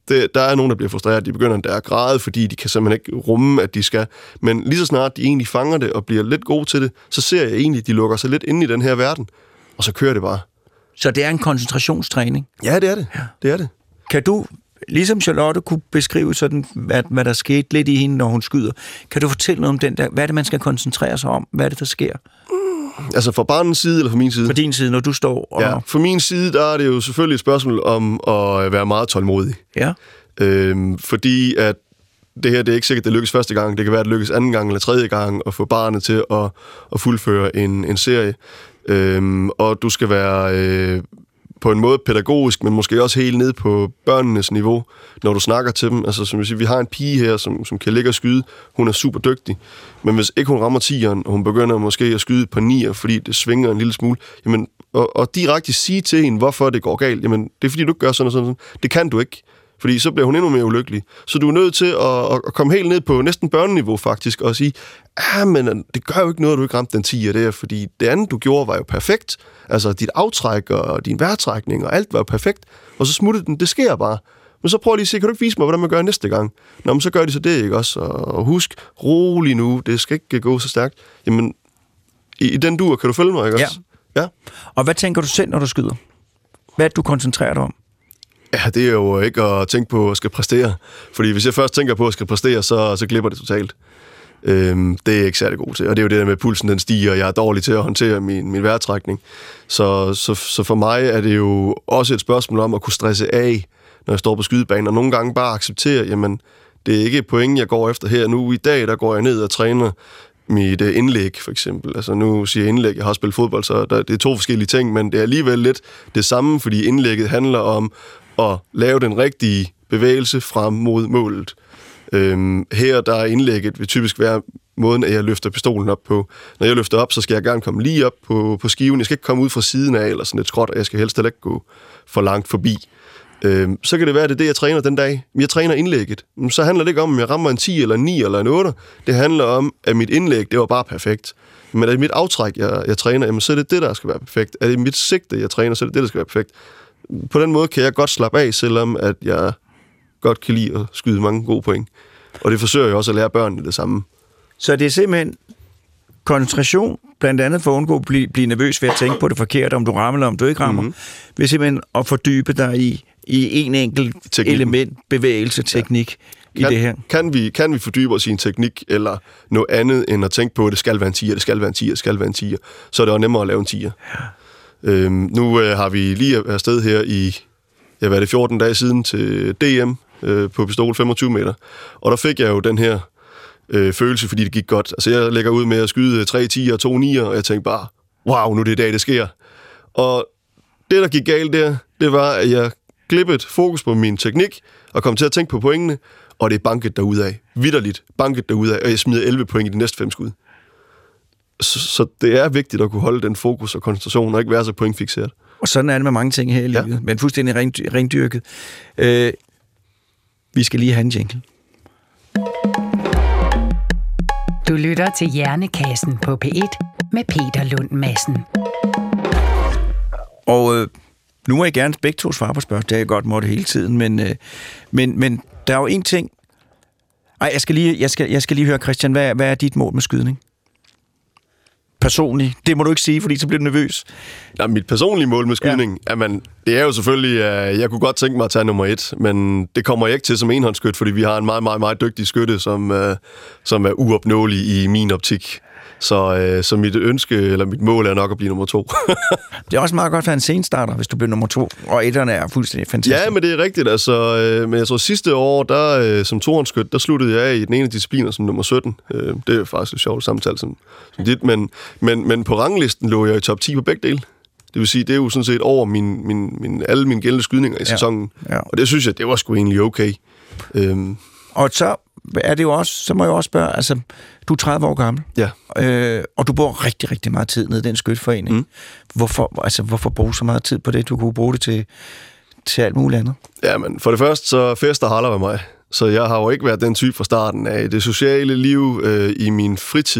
S4: Der er nogen, der bliver frustreret, de begynder at græde, fordi de kan simpelthen ikke rumme, at de skal. Men lige så snart de egentlig fanger det og bliver lidt gode til det, så ser jeg egentlig, at de lukker sig lidt ind i den her verden, og så kører det bare.
S2: Så det er en koncentrationstræning?
S4: Ja, det er det. Ja. Det er det.
S2: Kan du, ligesom Charlotte kunne beskrive sådan, hvad der skete lidt i hende, når hun skyder, kan du fortælle noget om den der, hvad er det, man skal koncentrere sig om? Hvad er det, der sker?
S4: Altså fra barnens side, eller fra min side?
S2: Fra din side, når du står og...
S4: Ja, fra min side, der er det jo selvfølgelig et spørgsmål om at være meget tålmodig.
S2: Ja.
S4: Fordi at det her, det er ikke sikkert, det lykkes første gang. Det kan være, at det lykkes anden gang eller tredje gang at få barnet til at fuldføre en serie. Og du skal være på en måde pædagogisk, men måske også helt ned på børnenes niveau, når du snakker til dem. Altså, som jeg siger, vi har en pige her, som kan ligge og skyde. Hun er super dygtig. Men hvis ikke hun rammer 10'eren, og hun begynder måske at skyde på 9'er, fordi det svinger en lille smule, jamen, og direkte sige til hende, hvorfor det går galt, jamen, det er fordi, du ikke gør sådan og sådan. Det kan du ikke. Fordi så bliver hun endnu mere ulykkelig. Så du er nødt til at komme helt ned på næsten børneniveau faktisk, og sige, men det gør jo ikke noget, at du ikke ramte den 10'er der, fordi det andet, du gjorde, var jo perfekt. Altså, dit aftræk og din vejrtrækning og alt var jo perfekt. Og så smuttede den, det sker bare. Men så prøv lige at se, kan du ikke vise mig, hvordan man gør næste gang? Nå, men så gør de så det, ikke også? Og husk, rolig nu, det skal ikke gå så stærkt. Jamen, i den dur, kan du følge mig, ikke også? Ja.
S2: Og hvad tænker du selv, når du skyder? Hvad er det, du koncentrerer dig om?
S4: Ja, det er jo ikke at tænke på at skal præstere. Fordi hvis jeg først tænker på at skal præstere, så glipper det totalt. Det er jeg ikke særlig god til. Og det er jo det der med, at pulsen den stiger, og jeg er dårlig til at håndtere min vejrtrækning. Så for mig er det jo også et spørgsmål om at kunne stresse af, når jeg står på skydebanen, og nogle gange bare acceptere, jamen, det er ikke point, jeg går efter her. Nu i dag, der går jeg ned og træner mit indlæg, for eksempel. Altså nu siger jeg indlæg, jeg har spillet fodbold, så det er 2 forskellige ting, men det er alligevel lidt det samme, fordi indlægget handler om at lave den rigtige bevægelse frem mod målet. Her der er indlægget vil typisk være måden, at jeg løfter pistolen op på. Når jeg løfter op, så skal jeg gerne komme lige op på skiven. Jeg skal ikke komme ud fra siden af, eller sådan et skråt, og jeg skal helst ikke gå for langt forbi. Så kan det være, at det er det, jeg træner den dag. Jeg træner indlægget. Så handler det ikke om, om jeg rammer en 10, eller en 9, eller en 8. Det handler om, at mit indlæg, det var bare perfekt. Men er det mit aftræk, jeg træner, jamen, så er det det, der skal være perfekt. Er det mit sigte, jeg træner, så er det det, der skal være perfekt. På den måde kan jeg godt slappe af, selvom at jeg godt kan lide at skyde mange gode point. Og det forsøger jeg også at lære børnene det samme. Så det er simpelthen koncentration, blandt andet for at undgå at blive nervøs ved at tænke på det forkerte, om du rammer eller om du ikke rammer. Mm-hmm. Ved simpelthen at fordybe dig i en enkelt element, bevægelse, teknik i det her. Kan vi fordybe os i en teknik, eller noget andet, end at tænke på, at det skal være en 10'er, det skal være en 10'er, det skal være en 10'er, så er det også nemmere at lave en 10'er. Ja. Nu har vi lige afsted her i 14 dage siden til DM på pistol 25 meter, og der fik jeg jo den her følelse, fordi det gik godt. Altså jeg lægger ud med at skyde 3 10'er og 2 9'er, og jeg tænkte bare, wow, nu er det i dag, det sker. Og det, der gik galt der, det var, at jeg glippede fokus på min teknik, og kom til at tænke på pointene, og det er banket derudad. Vitterligt banket derudad, og jeg smider 11 point i de næste 5 skud. Så det er vigtigt at kunne holde den fokus og koncentration, og ikke være så pointfixeret. Og sådan er det med mange ting her i livet, men fuldstændig rendyrket. Vi skal lige have en jingle.
S1: Du lytter til Hjernekassen på P1 med Peter Lund Madsen.
S2: Og nu må jeg gerne begge to svare på spørgsmål. Det har jeg godt måtte hele tiden, men der er jo en ting. Ej, jeg skal lige høre, Christian, hvad er dit mål med skydning? Personligt. Det må du ikke sige, fordi så bliver du nervøs. Ja, mit personlige mål med skydning, jamen, det er jo selvfølgelig, jeg kunne godt tænke mig at tage nummer 1, men det kommer jeg ikke til som enhåndsskyt, fordi vi har en meget, meget, meget dygtig skytte, som er uopnåelig i min optik. Så mit ønske, eller mit mål er nok at blive nummer 2. Det er også meget godt for en senstarter, hvis du bliver nummer 2, og 1'erne er fuldstændig fantastisk. Ja, men det er rigtigt. Altså, men jeg tror sidste år, der som tohåndsskyt, der sluttede jeg af i den ene discipliner som nummer 17. Det er faktisk et sjovt samtale som dit, men på ranglisten lå jeg i top 10 på begge dele. Det vil sige, det er jo sådan set over alle mine gældende skydninger i sæsonen. Ja. Og det synes jeg, det var sgu egentlig okay. Og så er det jo også, så må jeg også spørge, altså, du er 30 år gammel, og du bruger rigtig, rigtig meget tid nede i den skytteforening. Mm. Hvorfor bruge så meget tid på det? Du kunne bruge det til alt muligt andet. Jamen, for det første, så fester holder ved mig. Så jeg har jo ikke været den type fra starten af. Det sociale liv i min fritid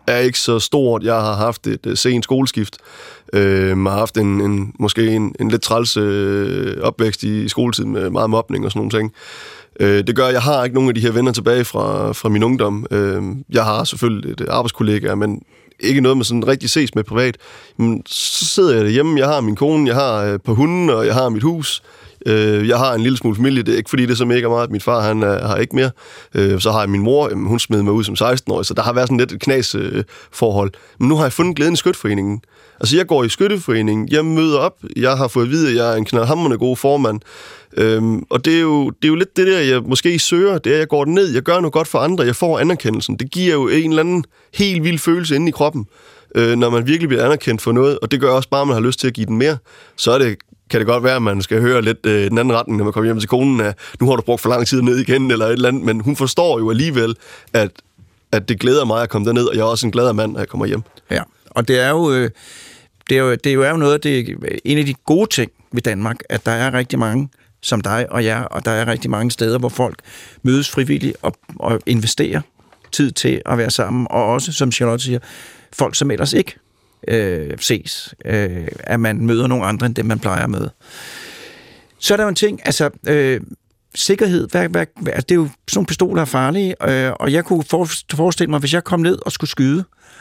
S4: er ikke så stort. Jeg har haft et sent skoleskift. Har haft måske en lidt træls opvækst i skoletiden med meget mobning og sådan nogle ting. Det gør, at jeg har ikke nogen af de her venner tilbage fra min ungdom. Jeg har selvfølgelig et arbejdskollega, men ikke noget med sådan rigtig ses med privat. Men så sidder jeg derhjemme, jeg har min kone, jeg har et par hunde, og jeg har mit hus. Jeg har en lille smule familie, det er ikke fordi, det er så mega meget. Min far, han har ikke mere. Så har jeg min mor, hun smed mig ud som 16-årig, så der har været sådan lidt et knas-forhold. Men nu har jeg fundet glæden i skytteforeningen. Altså, jeg går i skytteforeningen, jeg møder op, jeg har fået at vide, at jeg er en knaldhamrende god formand. Og det er jo lidt det der, jeg måske søger, det er, at jeg går ned, jeg gør noget godt for andre, jeg får anerkendelsen. Det giver jo en eller anden helt vild følelse inde i kroppen, når man virkelig bliver anerkendt for noget, og det gør også bare, at man har lyst til at give den mere. Så kan det godt være, at man skal høre lidt den anden retning, når man kommer hjem til konen, at nu har du brugt for lang tid ned igen, eller et eller andet, men hun forstår jo alligevel, at det glæder mig at komme derned, og jeg er også en glad mand, når jeg kommer hjem.
S2: Ja, og det er jo noget af det, en af de gode ting ved Danmark, at der er rigtig mange som dig og jer, og der er rigtig mange steder, hvor folk mødes frivilligt og investerer tid til at være sammen, og også, som Charlotte siger, folk, som ellers ikke ses, at man møder nogle andre, end dem, man plejer at møde. Så er der jo en ting, altså sikkerhed, det er jo sådan nogle pistoler er farlige, og jeg kunne forestille mig, hvis jeg kom ned og skulle skyde,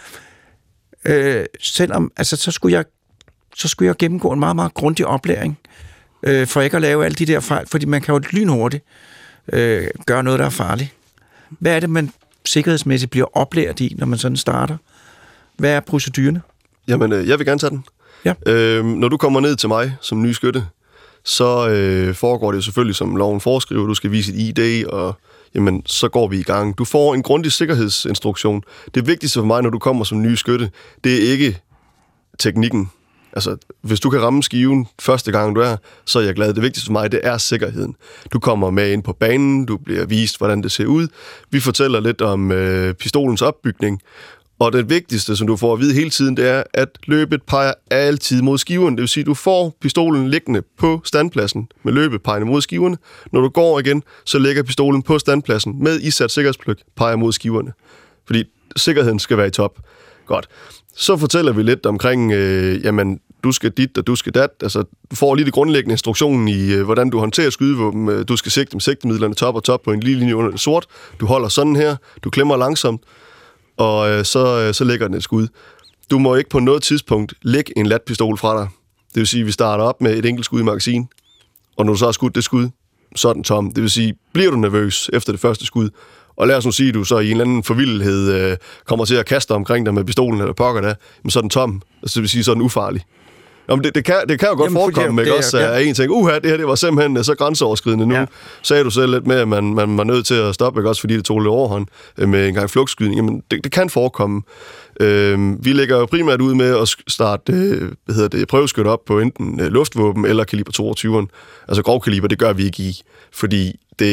S2: selvom, altså så skulle jeg gennemgå en meget, meget grundig oplæring, for ikke at lave alle de der fejl, fordi man kan jo lynhurtigt gøre noget, der er farligt. Hvad er det, man sikkerhedsmæssigt bliver oplært i, når man sådan starter? Hvad er procedurerne?
S4: Jamen, jeg vil gerne tage den.
S2: Ja.
S4: Når du kommer ned til mig som ny skytte, så foregår det jo selvfølgelig, som loven foreskriver, du skal vise et ID, og jamen, så går vi i gang. Du får en grundig sikkerhedsinstruktion. Det vigtigste for mig, når du kommer som ny skytte, det er ikke teknikken. Altså, hvis du kan ramme skiven første gang du er, så er jeg glad. Det vigtigste for mig, det er sikkerheden. Du kommer med ind på banen, du bliver vist, hvordan det ser ud. Vi fortæller lidt om pistolens opbygning. Og det vigtigste, som du får at vide hele tiden, det er, at løbet peger altid mod skiverne. Det vil sige, at du får pistolen liggende på standpladsen med løbet pegende mod skiverne. Når du går igen, så ligger pistolen på standpladsen med isat sikkerhedspløk peger mod skiverne. Fordi sikkerheden skal være i top. Godt. Så fortæller vi lidt omkring, jamen, du skal dit, og du skal dat. Altså, du får lige det grundlæggende instruktionen i, hvordan du håndterer skydevåben. Du skal sigte med sigtemidlerne top og top på en lille linje under det sort. Du holder sådan her, du klemmer langsomt, og så lægger den et skud. Du må ikke på noget tidspunkt lægge en latpistol fra dig. Det vil sige, at vi starter op med et enkelt skud i magasin, og når du så har skudt det skud, så er den tom. Det vil sige, bliver du nervøs efter det første skud, og lad os nu sige, at du så i en eller anden forvildhed kommer til at kaste omkring dig med pistolen eller pokker der, men så er den tom. Altså, det vil sige, så er den ufarlig. Jamen, det kan jo godt forekomme, ikke også? Ja. En ting, det her det var simpelthen så grænseoverskridende nu. Ja. Sagde du selv lidt med, at man var nødt til at stoppe, ikke også, fordi det tog lidt overhånd med en gang flugtskydning. Jamen, det kan forekomme. Vi lægger jo primært ud med at starte prøveskytte op på enten luftvåben eller kaliber 22'eren. Altså grovkaliber, det gør vi ikke i, fordi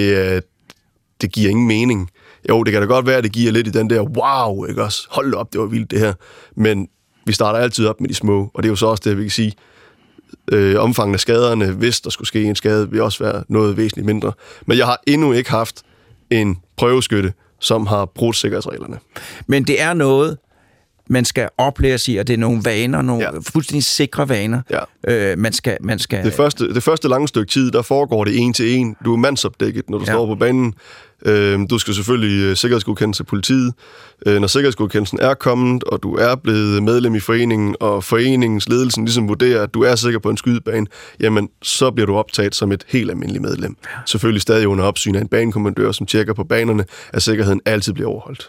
S4: det giver ingen mening. Jo, det kan da godt være, at det giver lidt i den der, wow, ikke også? Hold op, det var vildt det her. Men vi starter altid op med de små, og det er jo så også det, vi kan sige. Omfangen af skaderne, hvis der skulle ske en skade, vil også være noget væsentligt mindre. Men jeg har endnu ikke haft en prøveskytte, som har brudt sikkerhedsreglerne.
S2: Men det er noget, man skal oplæres i, og det er nogle vaner, nogle fuldstændig sikre vaner. Ja. Man skal...
S4: Det første lange stykke tid, der foregår det 1 til 1. Du er mandsopdækket, når du står på banen. Du skal selvfølgelig sikkerhedsgodkendes af politiet. Når sikkerhedsgodkendelsen er kommet, og du er blevet medlem i foreningen, og foreningens ledelsen ligesom vurderer, at du er sikker på en skydebane, jamen, så bliver du optaget som et helt almindeligt medlem. Selvfølgelig stadig under opsyn af en banekommandør, som tjekker på banerne, at sikkerheden altid bliver overholdt.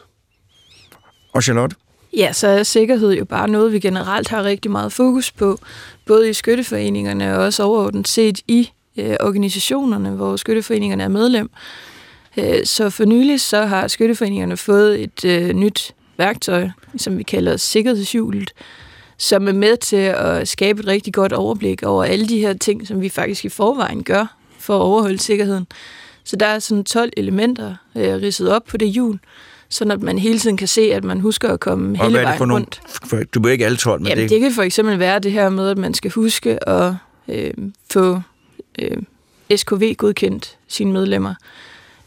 S2: Og Charlotte?
S3: Ja, så er sikkerhed jo bare noget, vi generelt har rigtig meget fokus på, både i skytteforeningerne og også overordnet set i organisationerne, hvor skytteforeningerne er medlem. Så for nylig så har skytteforeningerne fået et nyt værktøj, som vi kalder sikkerhedshjulet, som er med til at skabe et rigtig godt overblik over alle de her ting, som vi faktisk i forvejen gør for at overholde sikkerheden. Så der er sådan 12 elementer ridset op på det hjul, sådan at man hele tiden kan se, at man husker at komme hele vejen rundt.
S2: Du må ikke alle 12, men
S3: det kan for eksempel være det her med, at man skal huske at få SKV-godkendt sine medlemmer.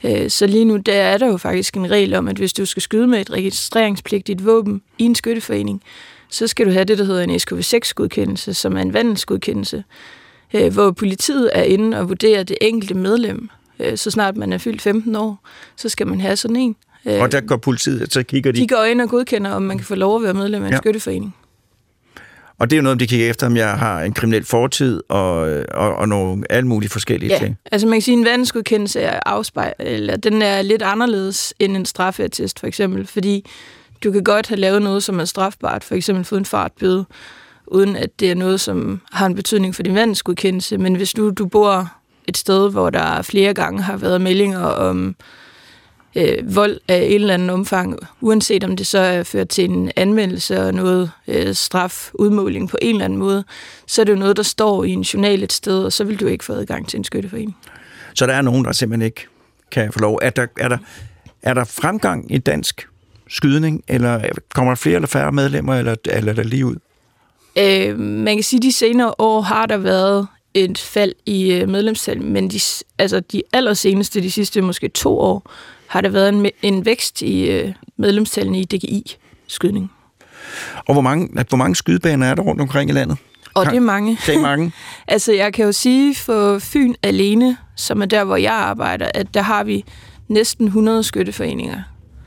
S3: Så lige nu, der er der jo faktisk en regel om, at hvis du skal skyde med et registreringspligtigt våben i en skytteforening, så skal du have det, der hedder en SKV6-godkendelse, som er en vandelsgodkendelse, hvor politiet er inde og vurderer det enkelte medlem. Så snart man er fyldt 15 år, så skal man have sådan en.
S2: Og der går politiet, så kigger de...
S3: De går ind og godkender, om man kan få lov at være medlem af en skytteforening.
S2: Og det er jo noget, de kigger efter, om jeg har en kriminel fortid og nogle alle mulige forskellige ting.
S3: Altså man kan sige, at en vandelsgodkendelse den er lidt anderledes end en straffeattest, for eksempel, fordi du kan godt have lavet noget, som er strafbart, for eksempel fået en fartbøde, uden at det er noget, som har en betydning for din vandelsgodkendelse. Men hvis du bor et sted, hvor der flere gange har været meldinger om vold af en eller anden omfang, uanset om det så er ført til en anmeldelse og noget strafudmåling på en eller anden måde, så er det jo noget, der står i en journal et sted, og så vil du ikke få adgang til en skytteforening. Så
S2: der er nogen, der simpelthen ikke kan få lov. Er der fremgang i dansk skydning, eller kommer der flere eller færre medlemmer, eller er der lige ud?
S3: Man kan sige, at de senere år har der været et fald i medlemstal, men de allerseneste, de sidste måske 2 år, har der været en vækst i medlemstallene i DGI-skydning.
S2: Og hvor mange skydebaner er der rundt omkring i landet?
S3: Og det er mange.
S2: Det er mange.
S3: Altså, jeg kan jo sige, for Fyn alene, som er der, hvor jeg arbejder, at der har vi næsten 100 skytteforeninger.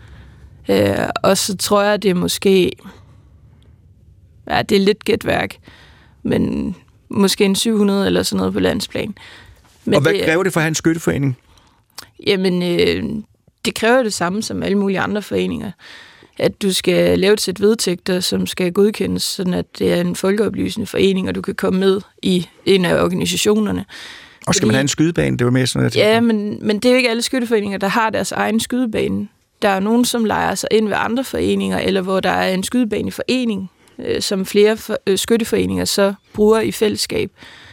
S3: Og så tror jeg, det er måske... Ja, det er lidt gætværk, men måske en 700 eller sådan noget på landsplan. Men
S2: og hvad kræver det for at have en skytteforening?
S3: Jamen, det kræver det samme som alle mulige andre foreninger. At du skal lave et sæt vedtægter, som skal godkendes, sådan at det er en folkeoplysende forening, og du kan komme med i en af organisationerne.
S2: Og skal man have en skydebane? Det var mere sådan noget.
S3: Ja, men det er jo ikke alle skytteforeninger, der har deres egen skydebane. Der er nogen, som lejer sig ind ved andre foreninger, eller hvor der er en skydebane i forening, som flere skytteforeninger så bruger i fællesskab.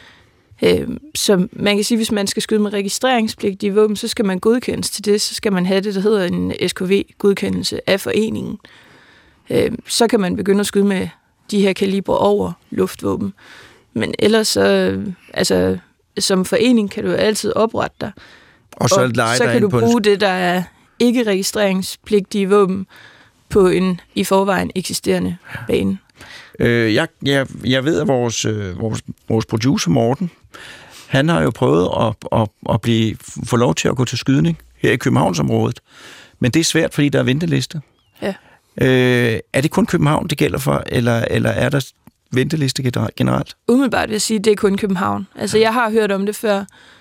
S3: Så man kan sige, hvis man skal skyde med registreringspligtige våben, så skal man godkendes til det, så skal man have det, der hedder en SKV-godkendelse af foreningen. Så kan man begynde at skyde med de her kalibre over luftvåben. Men ellers så, altså, som forening kan du altid oprette dig.
S2: Og så
S3: kan du bruge det, der er ikke registreringspligtige våben på en i forvejen eksisterende bane.
S2: Jeg ved, at vores producer Morten, han har jo prøvet at få lov til at gå til skydning her i Københavnsområdet. Men det er svært, fordi der er venteliste.
S3: Ja.
S2: Er det kun København, det gælder for, eller er der venteliste generelt?
S3: Umiddelbart vil jeg sige, at det er kun København. Altså, jeg har hørt om det før,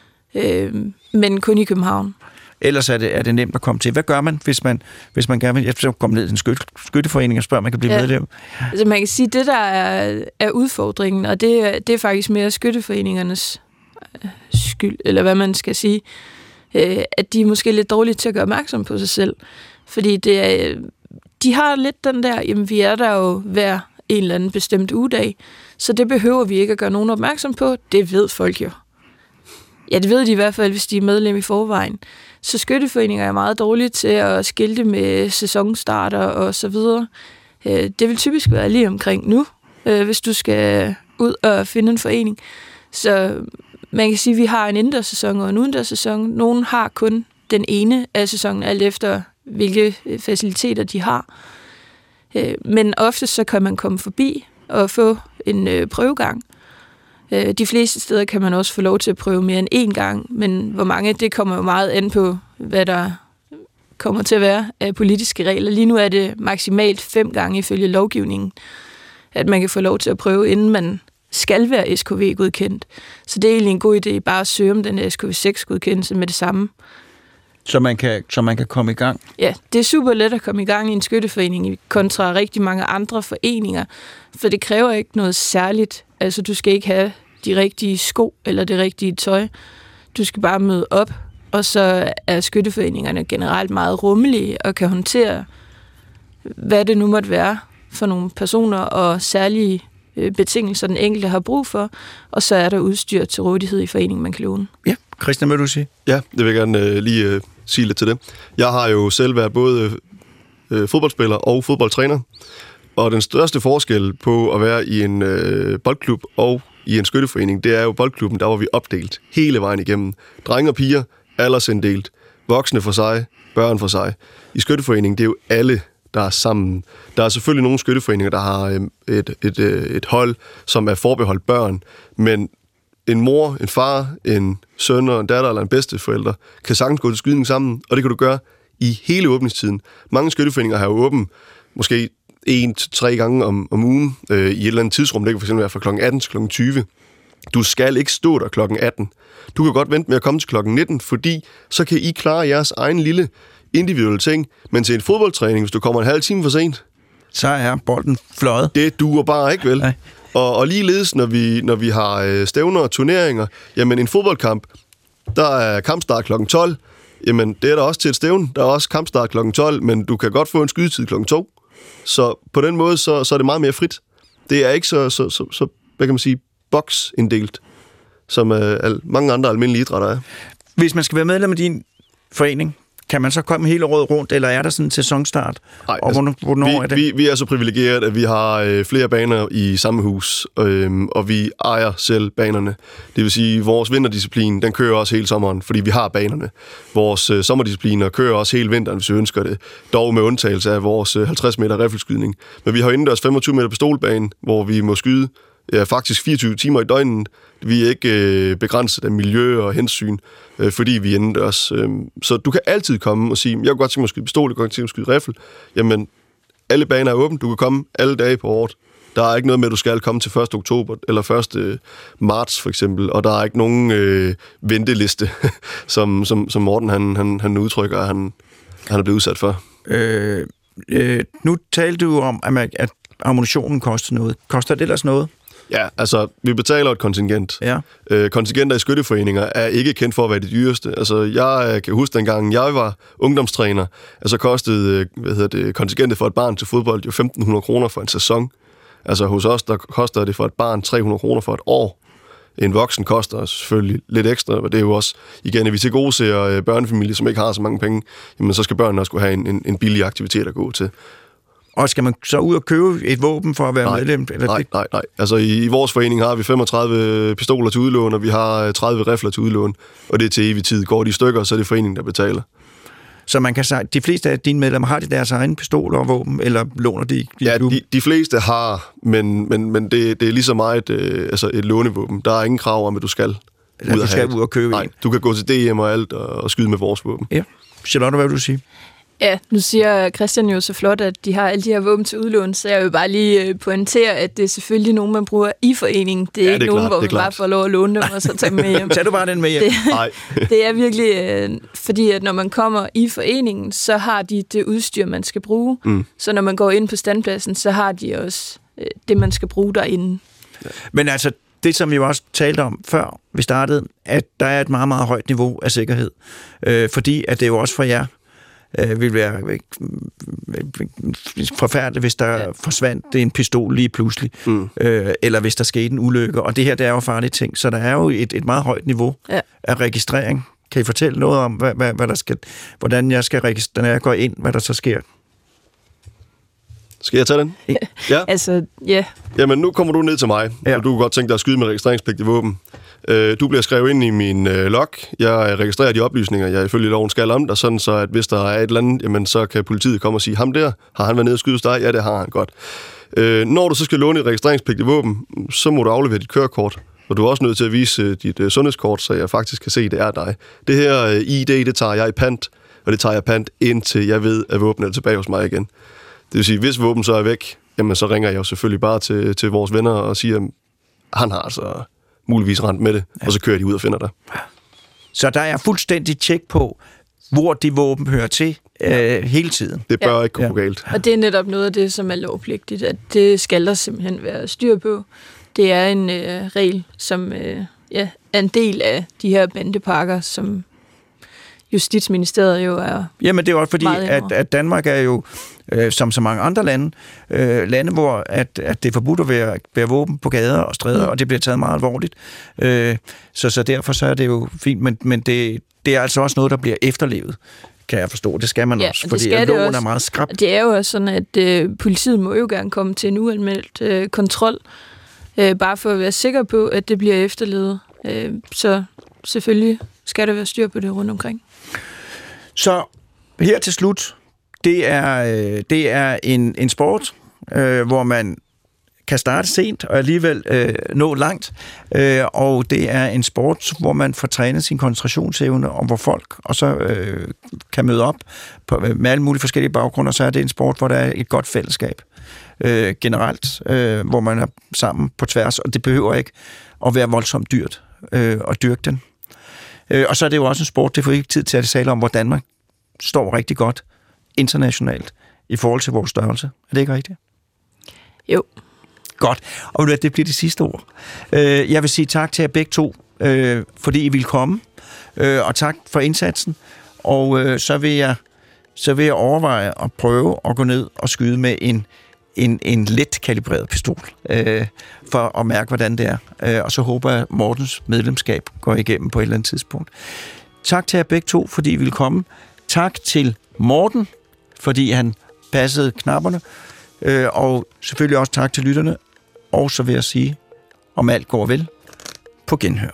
S3: men kun i København.
S2: Ellers er det nemt at komme til. Hvad gør man, hvis man gerne vil komme ned i en skytteforening og spørger, om man kan blive medlem?
S3: Altså, man kan sige, at det der er udfordringen, og det er faktisk mere skytteforeningernes skyld, eller hvad man skal sige, at de er måske lidt dårlige til at gøre opmærksom på sig selv. Fordi de har lidt den der, jamen vi er der jo hver en eller anden bestemt ugedag, så det behøver vi ikke at gøre nogen opmærksom på. Det ved folk jo. Ja, det ved de i hvert fald, hvis de er medlem i forvejen. Så skytteforeninger er meget dårlige til at skilte med sæsonstarter og så videre. Det vil typisk være lige omkring nu, hvis du skal ud og finde en forening. Så man kan sige, at vi har en indendørssæson og en udendørssæson. Nogle har kun den ene af sæsonen, alt efter hvilke faciliteter de har. Men ofte så kan man komme forbi og få en prøvegang. De fleste steder kan man også få lov til at prøve mere end 1 gang, men hvor mange, det kommer jo meget an på, hvad der kommer til at være af politiske regler. Lige nu er det maksimalt 5 gange ifølge lovgivningen, at man kan få lov til at prøve, inden man skal være SKV-godkendt. Så det er egentlig en god idé bare at søge om den SKV6-godkendelse med det samme.
S2: Så man kan komme i gang?
S3: Ja, det er super let at komme i gang i en skytteforening kontra rigtig mange andre foreninger, for det kræver ikke noget særligt. Altså, du skal ikke have de rigtige sko eller det rigtige tøj. Du skal bare møde op, og så er skytteforeningerne generelt meget rummelige og kan håndtere, hvad det nu måtte være for nogle personer og særlige betingelser, den enkelte har brug for, og så er der udstyr til rådighed i foreningen, man kan låne.
S2: Ja, Christian, hvad vil du sige?
S4: Ja, det vil jeg gerne lige sige lidt til det. Jeg har jo selv været både fodboldspiller og fodboldtræner, og den største forskel på at være i en boldklub og i en skytteforening, det er jo boldklubben, der var vi opdelt hele vejen igennem. Drenge og piger, aldersinddelt. voksne for sig, børn for sig. I skytteforeningen, det er jo alle, der er sammen. Der er selvfølgelig nogle skytteforeninger, der har et hold, som er forbeholdt børn, men en mor, en far, en søn og en datter eller en bedsteforælder kan sagtens gå til skydning sammen, og det kan du gøre i hele åbningstiden. Mange skytteforeninger har jo åben måske 1-3 gange om ugen i et eller andet tidsrum. Det kan f.eks. være fra kl. 18 til kl. 20. Du skal ikke stå der kl. 18. Du kan godt vente med at komme til kl. 19, fordi så kan I klare jeres egen lille individuelle ting. Men til en fodboldtræning, hvis du kommer en halv time for sent,
S2: så er bolden fløjet.
S4: Det duer bare ikke, vel?
S2: Nej.
S4: Og ligeledes, når vi har stævner og turneringer, jamen en fodboldkamp, der er kampstart kl. 12. Jamen, det er der også til et stævn. Der er også kampstart kl. 12, men du kan godt få en skydetid kl. 2. Så på den måde, så er det meget mere frit. Det er ikke så hvad kan man sige, boksinddelt, som mange andre almindelige idrætter er.
S2: Hvis man skal være medlem af din forening, kan man så komme hele året rundt, eller er der sådan en sæsonstart?
S4: Nej,
S2: og hvornår er det?
S4: Vi er så privilegeret, at vi har flere baner i samme hus, og vi ejer selv banerne. Det vil sige, at vores vinterdisciplin, den kører også hele sommeren, fordi vi har banerne. Vores sommerdiscipliner kører også hele vinteren, hvis vi ønsker det. Dog med undtagelse af vores 50 meter riffelskydning. Men vi har indendørs 25 meter pistolbane, hvor vi må skyde faktisk 24 timer i døgnet. Vi er ikke begrænset af miljø og hensyn, fordi vi er indendørs. Så du kan altid komme og sige, jeg kunne godt tænke mig at skyde pistol, jeg kunne godt tænke mig at skyde riffel. Jamen, alle baner er åbne. Du kan komme alle dage på året. Der er ikke noget med, at du skal komme til 1. oktober eller 1. marts for eksempel, og der er ikke nogen venteliste, som Morten han udtrykker, at han er blevet udsat for.
S2: Nu talte du om, at ammunitionen koster noget. Koster det ellers noget?
S4: Ja, altså, vi betaler et kontingent.
S2: Ja.
S4: Kontingenter i skytteforeninger er ikke kendt for at være det dyreste. Altså, jeg kan huske dengang, jeg var ungdomstræner, altså kostede kontingentet for et barn til fodbold jo 1.500 kroner for en sæson. Altså, hos os, der koster det for et barn 300 kroner for et år. En voksen koster selvfølgelig lidt ekstra, og det er jo også, igen, at vi til gode ser børnefamilier, som ikke har så mange penge, jamen så skal børnene også have en billig aktivitet at gå til.
S2: Og skal man så ud og købe et våben for at være medlem? Eller
S4: Nej. Altså i vores forening har vi 35 pistoler til udlån, og vi har 30 rifler til udlån, og det er til evig tid. Går de stykker, så er det foreningen, der betaler.
S2: Så man kan sige, de fleste af dine medlemmer, har de deres egne pistoler og våben, eller låner de?
S4: Ja, de fleste har, men det er lige så meget et lånevåben. Der er ingen krav om, at du skal ud
S2: og købe en.
S4: Du kan gå til DM og alt og skyde med vores våben.
S2: Ja. Charlotte, hvad vil du sige?
S3: Ja, nu siger Christian jo så flot, at de har alle de her våben til udlån, så jeg vil bare lige pointere, at det er selvfølgelig nogen, man bruger i foreningen. Det er ikke nogen, hvor man bare får lov at låne dem og så tage dem med hjem.
S2: Tag du bare den med hjem?
S3: Det er virkelig, fordi at når man kommer i foreningen, så har de det udstyr, man skal bruge. Så når man går ind på standpladsen, så har de også det, man skal bruge derinde.
S2: Men altså, det som vi jo også talte om før vi startede, at der er et meget, meget højt niveau af sikkerhed. Fordi at det er jo også for jer, ville være forfærdeligt, hvis der forsvandt en pistol lige pludselig, eller hvis der skete en ulykke. Og det her, det er jo farlige ting, så der er jo et meget højt niveau af registrering. Kan I fortælle noget om, hvad der skal, hvordan jeg skal registrere, når jeg går ind, hvad der så sker?
S4: Skal jeg tage den?
S3: Ja. Altså, ja.
S4: Jamen, nu kommer du ned til mig, og du kan godt tænke dig at skyde med registreringspligtig våben. Du bliver skrevet ind i min log. Jeg registrerer de oplysninger, jeg ifølge loven skal om dig, sådan så at hvis der er et eller andet, jamen, så kan politiet komme og sige, ham der, har han været nede og skyde hos dig? Ja, det har han godt. Når du så skal låne et registreringspligtigt våben, så må du aflevere dit kørekort. Og du er også nødt til at vise dit sundhedskort, så jeg faktisk kan se, at det er dig. Det her ID, det tager jeg i pant, og det tager jeg pant indtil jeg ved, at våbnet er tilbage hos mig igen. Det vil sige, hvis våben så er væk, jamen så ringer jeg jo selvfølgelig bare til vores venner og siger, at han har altså muligvis rent med det, og så kører de ud og finder dig.
S2: Så der er fuldstændig tjek på, hvor de våben hører til hele tiden.
S4: Det bør ikke kunne gå galt.
S3: Og det er netop noget af det, som er lovpligtigt, at det skal der simpelthen være styr på. Det er en regel, som er en del af de her bandepakker, som Justitsministeriet jo er. Jamen det er også fordi,
S2: at Danmark er jo, som så mange andre lande, hvor at det er forbudt at være våben på gader og stræder, og det bliver taget meget alvorligt. Så derfor så er det jo fint, men det er altså også noget, der bliver efterlevet, kan jeg forstå. Det skal man også, fordi loven er meget skrap.
S3: Det er jo også sådan, at politiet må jo gerne komme til en uanmeldt kontrol, bare for at være sikker på, at det bliver efterlevet. Så selvfølgelig skal der være styr på det rundt omkring.
S2: Så her til slut, det er en sport, hvor man kan starte sent og alligevel nå langt, og det er en sport, hvor man får trænet sin koncentrationsevne, og hvor folk og så kan møde op med alle mulige forskellige baggrunde, og så er det en sport, hvor der er et godt fællesskab generelt, hvor man er sammen på tværs, og det behøver ikke at være voldsomt dyrt at dyrke den. Og så er det jo også en sport, det får ikke tid til at tale om, hvor Danmark står rigtig godt internationalt i forhold til vores størrelse. Er det ikke rigtigt?
S3: Jo.
S2: Godt. Og det bliver det sidste ord. Jeg vil sige tak til jer begge to, fordi I ville komme, og tak for indsatsen. Og så vil jeg overveje at prøve at gå ned og skyde med en let kalibreret pistol, for at mærke, hvordan det er. Og så håber jeg, at Mortens medlemskab går igennem på et eller andet tidspunkt. Tak til jer begge to, fordi I ville komme. Tak til Morten, fordi han passede knapperne. Og selvfølgelig også tak til lytterne. Og så vil jeg sige, om alt går vel, på genhør.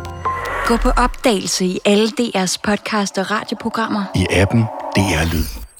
S5: Gå på opdagelse i alle DR's podcast og radioprogrammer.
S6: I appen DR Lyd.